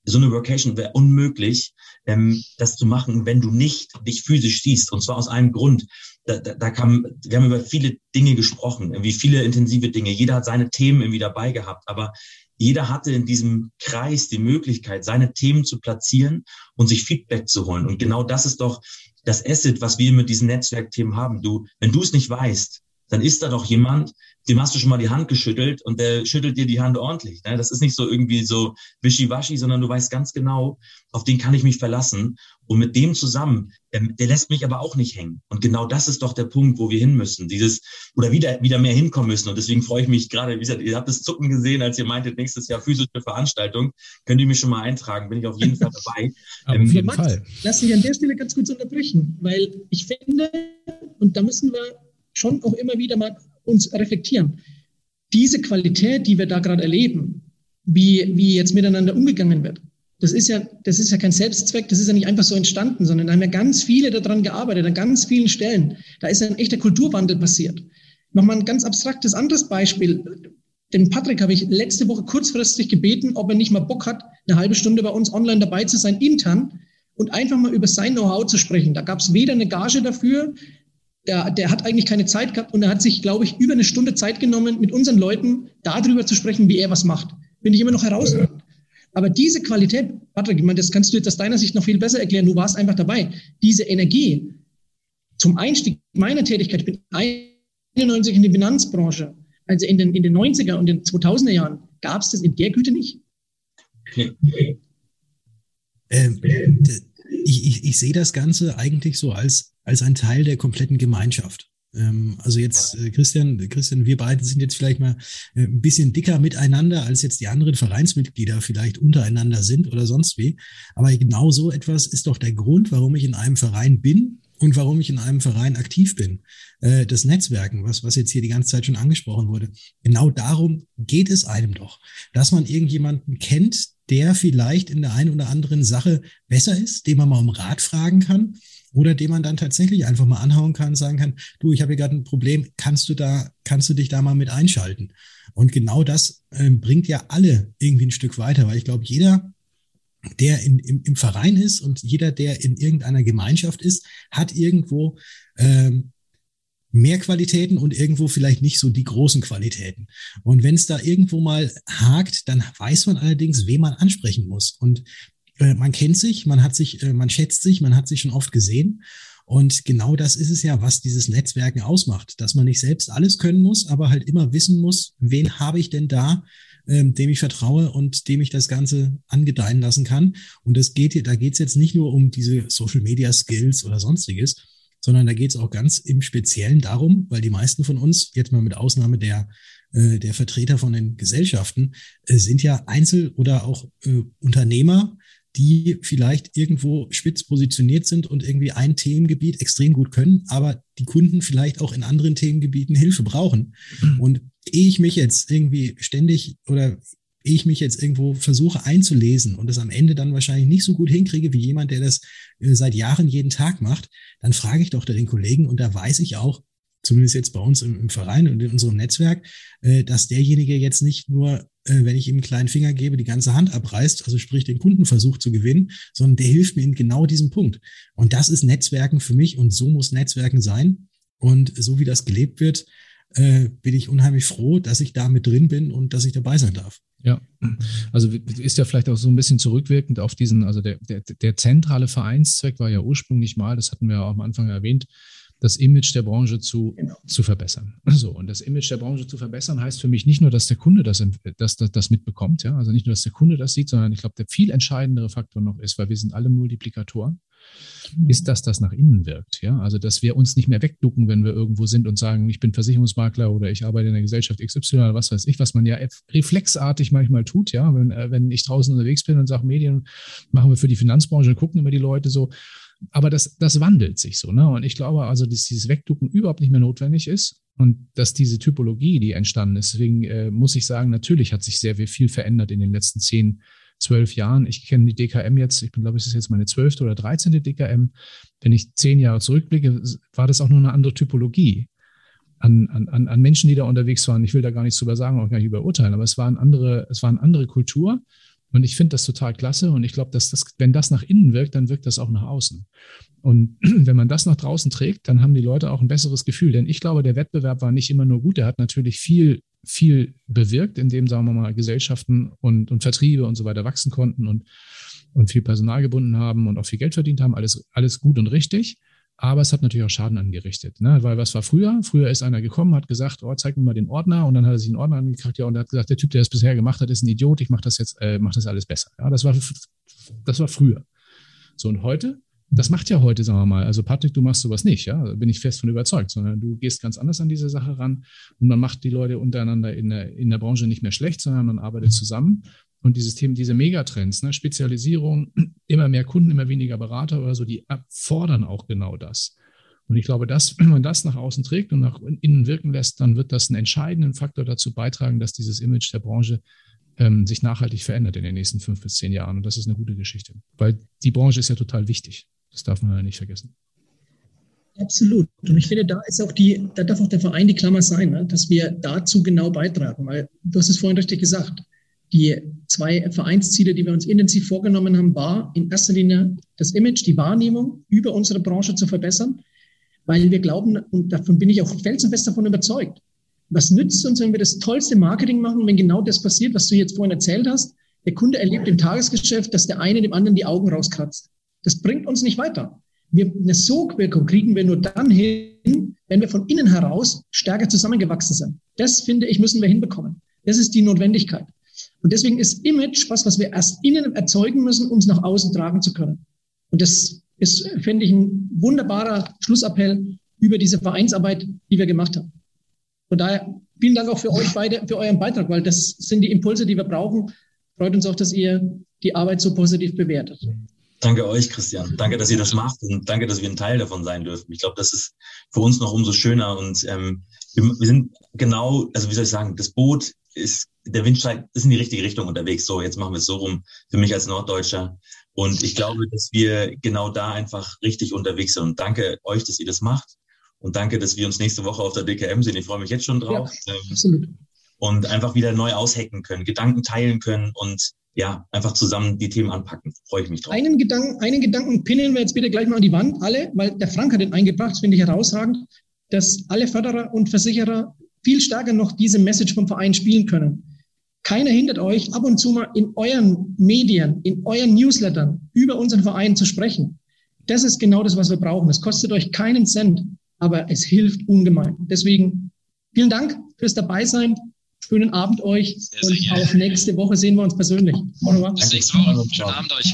so eine Workation wäre unmöglich, ähm, das zu machen, wenn du nicht dich physisch siehst. Und zwar aus einem Grund. Da, da, da kam, wir haben über viele Dinge gesprochen, irgendwie viele intensive Dinge. Jeder hat seine Themen irgendwie dabei gehabt, aber jeder hatte in diesem Kreis die Möglichkeit, seine Themen zu platzieren und sich Feedback zu holen. Und genau das ist doch das Asset, was wir mit diesen Netzwerkthemen haben. Du, wenn du es nicht weißt, dann ist da doch jemand, dem hast du schon mal die Hand geschüttelt und der schüttelt dir die Hand ordentlich. Ne? Das ist nicht so irgendwie so wischiwaschi, sondern du weißt ganz genau, auf den kann ich mich verlassen. Und mit dem zusammen, ähm, der lässt mich aber auch nicht hängen. Und genau das ist doch der Punkt, wo wir hin müssen. Dieses, oder wieder, wieder mehr hinkommen müssen. Und deswegen freue ich mich gerade, wie gesagt, ihr habt das Zucken gesehen, als ihr meintet, nächstes Jahr physische Veranstaltung. Könnt ihr mich schon mal eintragen, bin ich auf jeden Fall dabei. ähm, auf jeden Max, Fall. Lass mich an der Stelle ganz kurz unterbrechen, weil ich finde, und da müssen wir schon auch immer wieder mal uns reflektieren. Diese Qualität, die wir da gerade erleben, wie, wie jetzt miteinander umgegangen wird, das ist ja, das ist ja kein Selbstzweck, das ist ja nicht einfach so entstanden, sondern da haben ja ganz viele daran gearbeitet, an ganz vielen Stellen. Da ist ja ein echter Kulturwandel passiert. Nochmal ein ganz abstraktes anderes Beispiel. Den Patrick habe ich letzte Woche kurzfristig gebeten, ob er nicht mal Bock hat, eine halbe Stunde bei uns online dabei zu sein, intern, und einfach mal über sein Know-how zu sprechen. Da gab es weder eine Gage dafür, Der, der hat eigentlich keine Zeit gehabt und er hat sich, glaube ich, über eine Stunde Zeit genommen, mit unseren Leuten darüber zu sprechen, wie er was macht. Finde ich immer noch herausragend. Aber diese Qualität, Patrick, ich meine, das kannst du jetzt aus deiner Sicht noch viel besser erklären, du warst einfach dabei. Diese Energie zum Einstieg meiner Tätigkeit, ich bin einundneunzig in die Finanzbranche, also in den, in den neunziger und den zweitausender Jahren, gab es das in der Güte nicht? Okay. Ähm, ich, ich, ich sehe das Ganze eigentlich so als, als ein Teil der kompletten Gemeinschaft. Ähm, also jetzt, äh, Christian, Christian, wir beide sind jetzt vielleicht mal äh, ein bisschen dicker miteinander, als jetzt die anderen Vereinsmitglieder vielleicht untereinander sind oder sonst wie. Aber genau so etwas ist doch der Grund, warum ich in einem Verein bin und warum ich in einem Verein aktiv bin. Äh, das Netzwerken, was, was jetzt hier die ganze Zeit schon angesprochen wurde. Genau darum geht es einem doch, dass man irgendjemanden kennt, der vielleicht in der einen oder anderen Sache besser ist, den man mal um Rat fragen kann oder den man dann tatsächlich einfach mal anhauen kann und sagen kann, du, ich habe hier gerade ein Problem, kannst du da, kannst du dich da mal mit einschalten? Und genau das äh, bringt ja alle irgendwie ein Stück weiter, weil ich glaube, jeder, der in, im, im Verein ist und jeder, der in irgendeiner Gemeinschaft ist, hat irgendwo ähm, mehr Qualitäten und irgendwo vielleicht nicht so die großen Qualitäten. Und wenn es da irgendwo mal hakt, dann weiß man allerdings, wen man ansprechen muss. Und äh, man kennt sich, man hat sich, äh, man schätzt sich, man hat sich schon oft gesehen. Und genau das ist es ja, was dieses Netzwerken ausmacht, dass man nicht selbst alles können muss, aber halt immer wissen muss, wen habe ich denn da, ähm, dem ich vertraue und dem ich das Ganze angedeihen lassen kann. Und das geht, da geht es jetzt nicht nur um diese Social-Media-Skills oder sonstiges, sondern da geht es auch ganz im Speziellen darum, weil die meisten von uns, jetzt mal mit Ausnahme der, äh, der Vertreter von den Gesellschaften, äh, sind ja Einzel- oder auch äh, Unternehmer, die vielleicht irgendwo spitz positioniert sind und irgendwie ein Themengebiet extrem gut können, aber die Kunden vielleicht auch in anderen Themengebieten Hilfe brauchen. Mhm. Und ehe ich mich jetzt irgendwie ständig oder ehe ich mich jetzt irgendwo versuche einzulesen und das am Ende dann wahrscheinlich nicht so gut hinkriege wie jemand, der das äh, seit Jahren jeden Tag macht, dann frage ich doch den Kollegen und da weiß ich auch, zumindest jetzt bei uns im, im Verein und in unserem Netzwerk, äh, dass derjenige jetzt nicht nur, äh, wenn ich ihm einen kleinen Finger gebe, die ganze Hand abreißt, also sprich den Kunden versucht zu gewinnen, sondern der hilft mir in genau diesem Punkt. Und das ist Netzwerken für mich und so muss Netzwerken sein. Und so wie das gelebt wird, äh, bin ich unheimlich froh, dass ich da mit drin bin und dass ich dabei sein darf. Ja, also ist ja vielleicht auch so ein bisschen zurückwirkend auf diesen, also der, der, der zentrale Vereinszweck war ja ursprünglich mal, das hatten wir ja auch am Anfang erwähnt, das Image der Branche zu, genau. zu verbessern. So, und das Image der Branche zu verbessern heißt für mich nicht nur, dass der Kunde das, das, das, das mitbekommt, ja, also nicht nur, dass der Kunde das sieht, sondern ich glaube, der viel entscheidendere Faktor noch ist, weil wir sind alle Multiplikatoren, ist, dass das nach innen wirkt. Ja? Also, dass wir uns nicht mehr wegducken, wenn wir irgendwo sind und sagen, ich bin Versicherungsmakler oder ich arbeite in der Gesellschaft X Y oder was weiß ich, was man ja reflexartig manchmal tut. Ja, wenn, wenn ich draußen unterwegs bin und sage, Medien machen wir für die Finanzbranche, gucken immer die Leute so. Aber das, das wandelt sich so. Ne? Und ich glaube also, dass dieses Wegducken überhaupt nicht mehr notwendig ist und dass diese Typologie, die entstanden ist, deswegen äh, muss ich sagen, natürlich hat sich sehr viel verändert in den letzten zehn, zwölf Jahren. Ich kenne die D K M jetzt, ich bin, glaube ich, das ist jetzt meine zwölfte oder dreizehnte D K M. Wenn ich zehn Jahre zurückblicke, war das auch nur eine andere Typologie an, an, an Menschen, die da unterwegs waren. Ich will da gar nichts drüber sagen, auch gar nicht überurteilen, aber es war eine andere, es war eine andere Kultur. Und ich finde das total klasse und ich glaube, dass das, wenn das nach innen wirkt, dann wirkt das auch nach außen. Und wenn man das nach draußen trägt, dann haben die Leute auch ein besseres Gefühl. Denn ich glaube, der Wettbewerb war nicht immer nur gut. Der hat natürlich viel, viel bewirkt, indem, sagen wir mal, Gesellschaften und, und Vertriebe und so weiter wachsen konnten und, und viel Personal gebunden haben und auch viel Geld verdient haben. Alles, alles gut und richtig. Aber es hat natürlich auch Schaden angerichtet, ne? Weil was war früher? Früher ist einer gekommen, hat gesagt, oh, zeig mir mal den Ordner, und dann hat er sich einen Ordner angekriegt, ja, und er hat gesagt, der Typ, der das bisher gemacht hat, ist ein Idiot, ich mache das jetzt, äh, mach das alles besser. Ja, das war, das war früher. So, und heute? Das macht ja heute, sagen wir mal, also Patrick, du machst sowas nicht, ja, da bin ich fest von überzeugt, sondern du gehst ganz anders an diese Sache ran und man macht die Leute untereinander in der, in der Branche nicht mehr schlecht, sondern man arbeitet zusammen. Und dieses Thema, diese Megatrends, ne, Spezialisierung, immer mehr Kunden, immer weniger Berater oder so, die erfordern auch genau das. Und ich glaube, dass, wenn man das nach außen trägt und nach innen wirken lässt, dann wird das einen entscheidenden Faktor dazu beitragen, dass dieses Image der Branche ähm, sich nachhaltig verändert in den nächsten fünf bis zehn Jahren. Und das ist eine gute Geschichte, weil die Branche ist ja total wichtig. Das darf man ja nicht vergessen. Absolut. Und ich finde, da ist auch die, da darf auch der Verein die Klammer sein, ne, dass wir dazu genau beitragen, weil du hast es vorhin richtig gesagt. Die zwei Vereinsziele, die wir uns intensiv vorgenommen haben, war in erster Linie das Image, die Wahrnehmung über unsere Branche zu verbessern, weil wir glauben, und davon bin ich auch felsenfest davon überzeugt, was nützt uns, wenn wir das tollste Marketing machen, wenn genau das passiert, was du jetzt vorhin erzählt hast? Der Kunde erlebt im Tagesgeschäft, dass der eine dem anderen die Augen rauskratzt. Das bringt uns nicht weiter. Wir, eine Sogwirkung kriegen wir nur dann hin, wenn wir von innen heraus stärker zusammengewachsen sind. Das, finde ich, müssen wir hinbekommen. Das ist die Notwendigkeit. Und deswegen ist Image was, was wir erst innen erzeugen müssen, um es nach außen tragen zu können. Und das ist, finde ich, ein wunderbarer Schlussappell über diese Vereinsarbeit, die wir gemacht haben. Von daher vielen Dank auch für euch beide, für euren Beitrag, weil das sind die Impulse, die wir brauchen. Freut uns auch, dass ihr die Arbeit so positiv bewertet. Danke euch, Christian. Danke, dass ihr das macht und danke, dass wir ein Teil davon sein dürfen. Ich glaube, das ist für uns noch umso schöner und ähm, wir, wir sind genau, also wie soll ich sagen, das Boot ist, der Wind steigt, ist in die richtige Richtung unterwegs. So, jetzt machen wir es so rum, für mich als Norddeutscher. Und ich glaube, dass wir genau da einfach richtig unterwegs sind. Und danke euch, dass ihr das macht. Und danke, dass wir uns nächste Woche auf der D K M sehen. Ich freue mich jetzt schon drauf. Ja, absolut. Und einfach wieder neu aushacken können, Gedanken teilen können und ja, einfach zusammen die Themen anpacken. Freue ich mich drauf. Einen Gedanken, einen Gedanken pinnen wir jetzt bitte gleich mal an die Wand, alle, weil der Frank hat den eingebracht, das finde ich herausragend, dass alle Förderer und Versicherer viel stärker noch diese Message vom Verein spielen können. Keiner hindert euch, ab und zu mal in euren Medien, in euren Newslettern über unseren Verein zu sprechen. Das ist genau das, was wir brauchen. Es kostet euch keinen Cent, aber es hilft ungemein. Deswegen vielen Dank fürs Dabeisein. Schönen Abend euch sehr, und sehr auf nächste Woche sehen wir uns persönlich. Bis nächste Woche. Schönen Abend euch.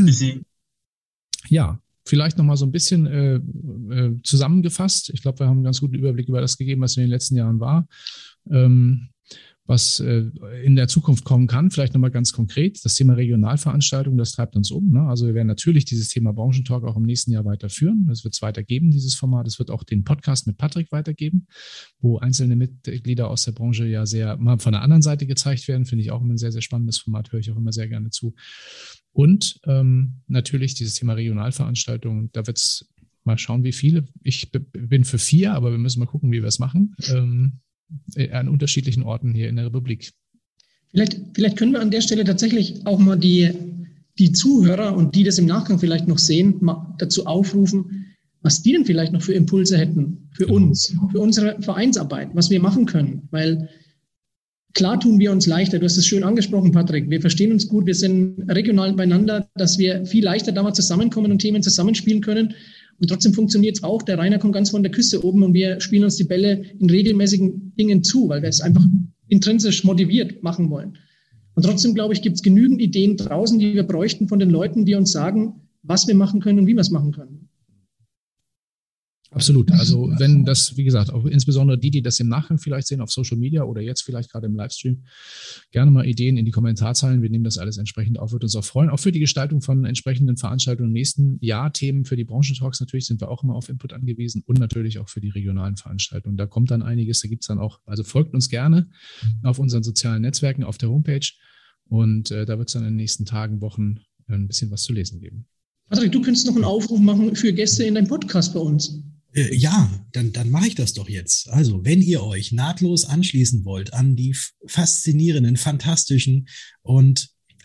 Ja, vielleicht nochmal so ein bisschen äh, äh, zusammengefasst. Ich glaube, wir haben einen ganz guten Überblick über das gegeben, was in den letzten Jahren war. Ähm, was äh, in der Zukunft kommen kann, vielleicht nochmal ganz konkret. Das Thema Regionalveranstaltungen, das treibt uns um. Ne? Also wir werden natürlich dieses Thema Branchentalk auch im nächsten Jahr weiterführen. Das wird es weitergeben, dieses Format. Es wird auch den Podcast mit Patrick weitergeben, wo einzelne Mitglieder aus der Branche ja sehr mal von der anderen Seite gezeigt werden. Finde ich auch immer ein sehr, sehr spannendes Format, höre ich auch immer sehr gerne zu. Und ähm, natürlich dieses Thema Regionalveranstaltungen, da wird es mal schauen, wie viele. Ich b- bin für vier, aber wir müssen mal gucken, wie wir es machen. Ähm, an unterschiedlichen Orten hier in der Republik. Vielleicht, vielleicht können wir an der Stelle tatsächlich auch mal die, die Zuhörer und die das im Nachgang vielleicht noch sehen, mal dazu aufrufen, was die denn vielleicht noch für Impulse hätten für genau. uns, für unsere Vereinsarbeit, was wir machen können. Weil klar tun wir uns leichter. Du hast es schön angesprochen, Patrick. Wir verstehen uns gut, wir sind regional beieinander, dass wir viel leichter da mal zusammenkommen und Themen zusammenspielen können. Und trotzdem funktioniert es auch. Der Rainer kommt ganz von der Küste oben und wir spielen uns die Bälle in regelmäßigen Dingen zu, weil wir es einfach intrinsisch motiviert machen wollen. Und trotzdem, glaube ich, gibt es genügend Ideen draußen, die wir bräuchten von den Leuten, die uns sagen, was wir machen können und wie wir es machen können. Absolut. Also wenn das, wie gesagt, auch insbesondere die, die das im Nachgang vielleicht sehen auf Social Media oder jetzt vielleicht gerade im Livestream, gerne mal Ideen in die Kommentarzeilen. Wir nehmen das alles entsprechend auf, wird uns auch freuen. Auch für die Gestaltung von entsprechenden Veranstaltungen im nächsten Jahr. Themen für die Branchentalks natürlich sind wir auch immer auf Input angewiesen und natürlich auch für die regionalen Veranstaltungen. Da kommt dann einiges, da gibt es dann auch, also folgt uns gerne auf unseren sozialen Netzwerken, auf der Homepage und äh, da wird es dann in den nächsten Tagen, Wochen ein bisschen was zu lesen geben. Patrick, du könntest noch einen Aufruf machen für Gäste in deinem Podcast bei uns. Äh, ja, dann, dann mache ich das doch jetzt. Also, wenn ihr euch nahtlos anschließen wollt an die faszinierenden, fantastischen und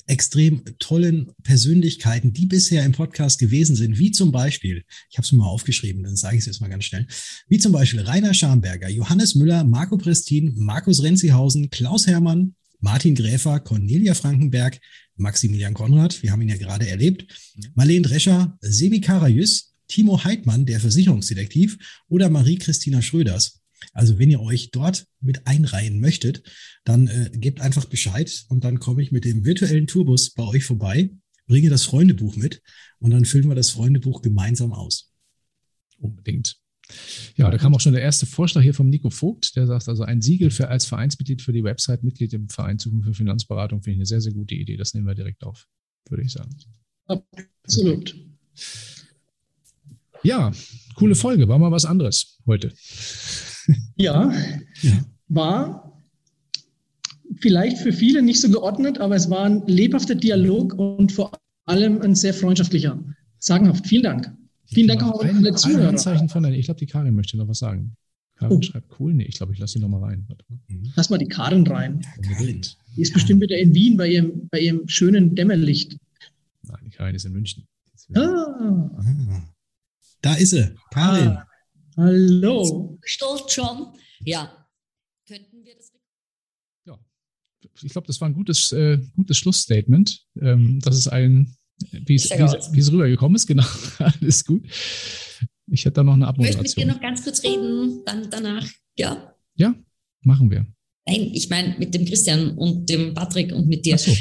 extrem tollen Persönlichkeiten, die bisher im Podcast gewesen sind, wie zum Beispiel, ich habe es mir mal aufgeschrieben, dann sage ich es jetzt mal ganz schnell, wie zum Beispiel Rainer Schamberger, Johannes Müller, Marco Prestin, Markus Renzihausen, Klaus Hermann, Martin Gräfer, Cornelia Frankenberg, Maximilian Konrad, wir haben ihn ja gerade erlebt, Marlene Drescher, Sebi Karajüs, Timo Heidmann, der Versicherungsdetektiv, oder Marie-Christina Schröders. Also wenn ihr euch dort mit einreihen möchtet, dann äh, gebt einfach Bescheid und dann komme ich mit dem virtuellen Tourbus bei euch vorbei, bringe das Freundebuch mit und dann füllen wir das Freundebuch gemeinsam aus. Unbedingt. Ja, da kam auch schon der erste Vorschlag hier vom Nico Vogt, der sagt also ein Siegel für als Vereinsmitglied für die Website, Mitglied im Verein Zukunft für Finanzberatung, finde ich eine sehr, sehr gute Idee. Das nehmen wir direkt auf, würde ich sagen. Absolut. Ja, coole Folge. War mal was anderes heute. Ja, Ja. war vielleicht für viele nicht so geordnet, aber es war ein lebhafter Dialog und vor allem ein sehr freundschaftlicher. Sagenhaft. Vielen Dank. Vielen Dank auch an alle Zuhörer. Handzeichen von der, ich glaube, die Karin möchte noch was sagen. Karin Oh. schreibt cool. Nee, ich glaube, ich lasse sie noch mal rein. Warte mal. Lass mal die Karin rein. Karin. Die ist bestimmt wieder in Wien bei ihrem, bei ihrem schönen Dämmerlicht. Nein, die Karin ist in München. Ah, Ah, da ist sie, Karin. ah, hallo. Stolz schon. Ja. Könnten wir das? Ja, ich glaube, das war ein gutes, äh, gutes Schlussstatement. Ähm, das ist ein, wie es, Sehr wie, gut. es, wie es rübergekommen ist. Genau, alles gut. Ich hätte da noch eine Ich möchte mit dir Abmoderation. noch ganz kurz reden, dann danach. Ja. Ja, machen wir. Nein, ich meine mit dem Christian und dem Patrick und mit dir. Achso,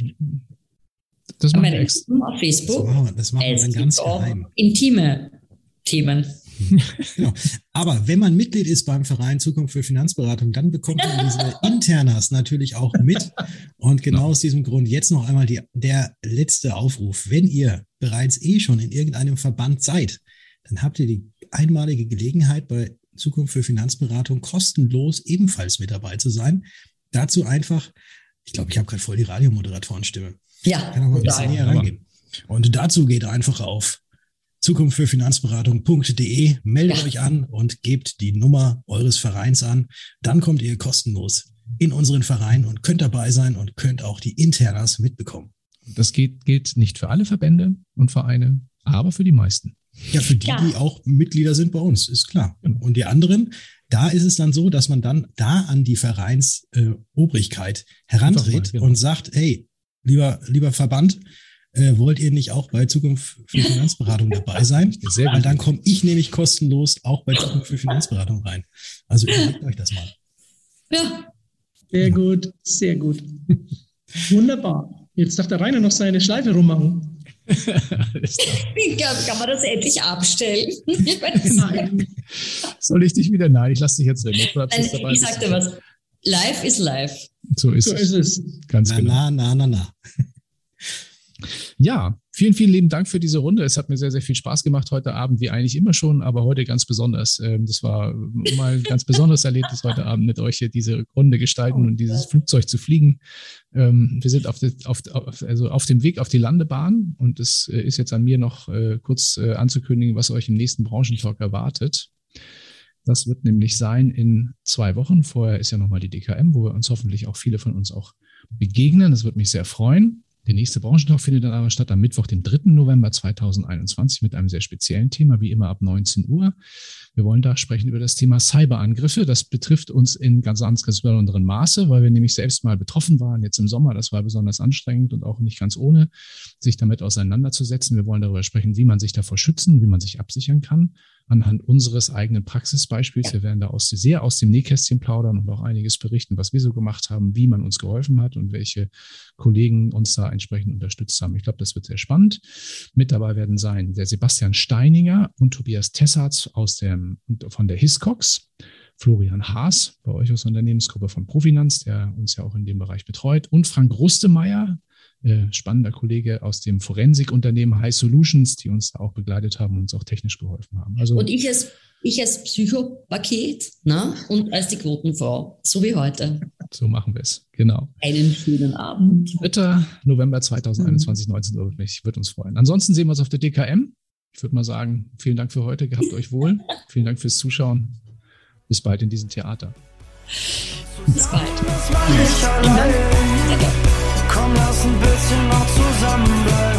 das An machen wir meinem extra. Team auf Das Facebook. machen wir, das machen wir Es dann ganz gibt auch geheim. intime Themen. Genau. Aber wenn man Mitglied ist beim Verein Zukunft für Finanzberatung, dann bekommt man diese Internas natürlich auch mit. Und genau aus diesem Grund jetzt noch einmal die, der letzte Aufruf. Wenn ihr bereits eh schon in irgendeinem Verband seid, dann habt ihr die einmalige Gelegenheit, bei Zukunft für Finanzberatung kostenlos ebenfalls mit dabei zu sein. Dazu einfach, ich glaube, ich habe gerade voll die Radiomoderatorenstimme. Ja, Ich kann auch mal ein bisschen total. näher rangehen. Und dazu geht einfach auf zukunft für finanzberatung punkt de, meldet Ja. euch an und gebt die Nummer eures Vereins an. Dann kommt ihr kostenlos in unseren Verein und könnt dabei sein und könnt auch die Internas mitbekommen. Das geht, gilt nicht für alle Verbände und Vereine, aber für die meisten. Ja, für die, Ja. die auch Mitglieder sind bei uns, ist klar. Genau. Und die anderen, da ist es dann so, dass man dann da an die Vereinsobrigkeit äh, Obrigkeit herantritt Einfach mal, genau. und sagt, hey, lieber, lieber Verband, äh, wollt ihr nicht auch bei Zukunft für Finanzberatung dabei sein? Sehr Weil gut. dann komme ich nämlich kostenlos auch bei Zukunft für Finanzberatung rein. Also überlegt euch das mal. Ja, Sehr gut, sehr gut. Wunderbar. Jetzt darf der Rainer noch seine Schleife rummachen. Alles klar. wie kann, kann man das endlich abstellen? Ich weiß Nein. Soll ich dich wieder? Nein, ich lasse dich jetzt reden. Du bleibst jetzt Nein, dabei, ich bis- sag dir was. Live is live. So ist So es. ist es. Ganz Na, genau. na, na, na, na. Ja, vielen, vielen lieben Dank für diese Runde. Es hat mir sehr, sehr viel Spaß gemacht heute Abend, wie eigentlich immer schon, aber heute ganz besonders. Ähm, Das war mal ein ganz besonderes Erlebnis heute Abend mit euch hier diese Runde gestalten und dieses Flugzeug zu fliegen. Ähm, Wir sind auf, de, auf, auf, also auf dem Weg auf die Landebahn und es äh, ist jetzt an mir noch äh, kurz äh, anzukündigen, was euch im nächsten Branchentalk erwartet. Das wird nämlich sein in zwei Wochen. Vorher ist ja nochmal die D K M, wo wir uns hoffentlich auch viele von uns auch begegnen. Das wird mich sehr freuen. Der nächste Branchentalk findet dann aber statt am Mittwoch, dem dritten November zweitausendeinundzwanzig mit einem sehr speziellen Thema, wie immer ab neunzehn Uhr. Wir wollen da sprechen über das Thema Cyberangriffe. Das betrifft uns in ganz, ganz, ganz besonderem Maße, weil wir nämlich selbst mal betroffen waren jetzt im Sommer. Das war besonders anstrengend und auch nicht ganz ohne, sich damit auseinanderzusetzen. Wir wollen darüber sprechen, wie man sich davor schützen, wie man sich absichern kann, anhand unseres eigenen Praxisbeispiels. Wir werden da aus, sehr aus dem Nähkästchen plaudern und auch einiges berichten, was wir so gemacht haben, wie man uns geholfen hat und welche Kollegen uns da entsprechend unterstützt haben. Ich glaube, das wird sehr spannend. Mit dabei werden sein der Sebastian Steininger und Tobias Tessarts aus dem, von der Hiscox, Florian Haas bei euch aus der Unternehmensgruppe von Profinanz, der uns ja auch in dem Bereich betreut, und Frank Rustemeyer, äh, spannender Kollege aus dem Forensikunternehmen High Solutions, die uns da auch begleitet haben und uns auch technisch geholfen haben. Also Und ich als, ich als Psychopaket, na, und als die Quotenfrau, so wie heute. so machen wir es. Genau. Einen schönen Abend. dritter November zweitausendeinundzwanzig, neunzehn Uhr, würde mich, würde uns freuen. Ansonsten sehen wir uns auf der D K M. Ich würde mal sagen, vielen Dank für heute, gehabt euch wohl. Vielen Dank fürs Zuschauen. Bis bald in diesem Theater. Bis bald. Das mach ich allein. Danke. Komm komm, lass ein bisschen noch zusammenbleiben.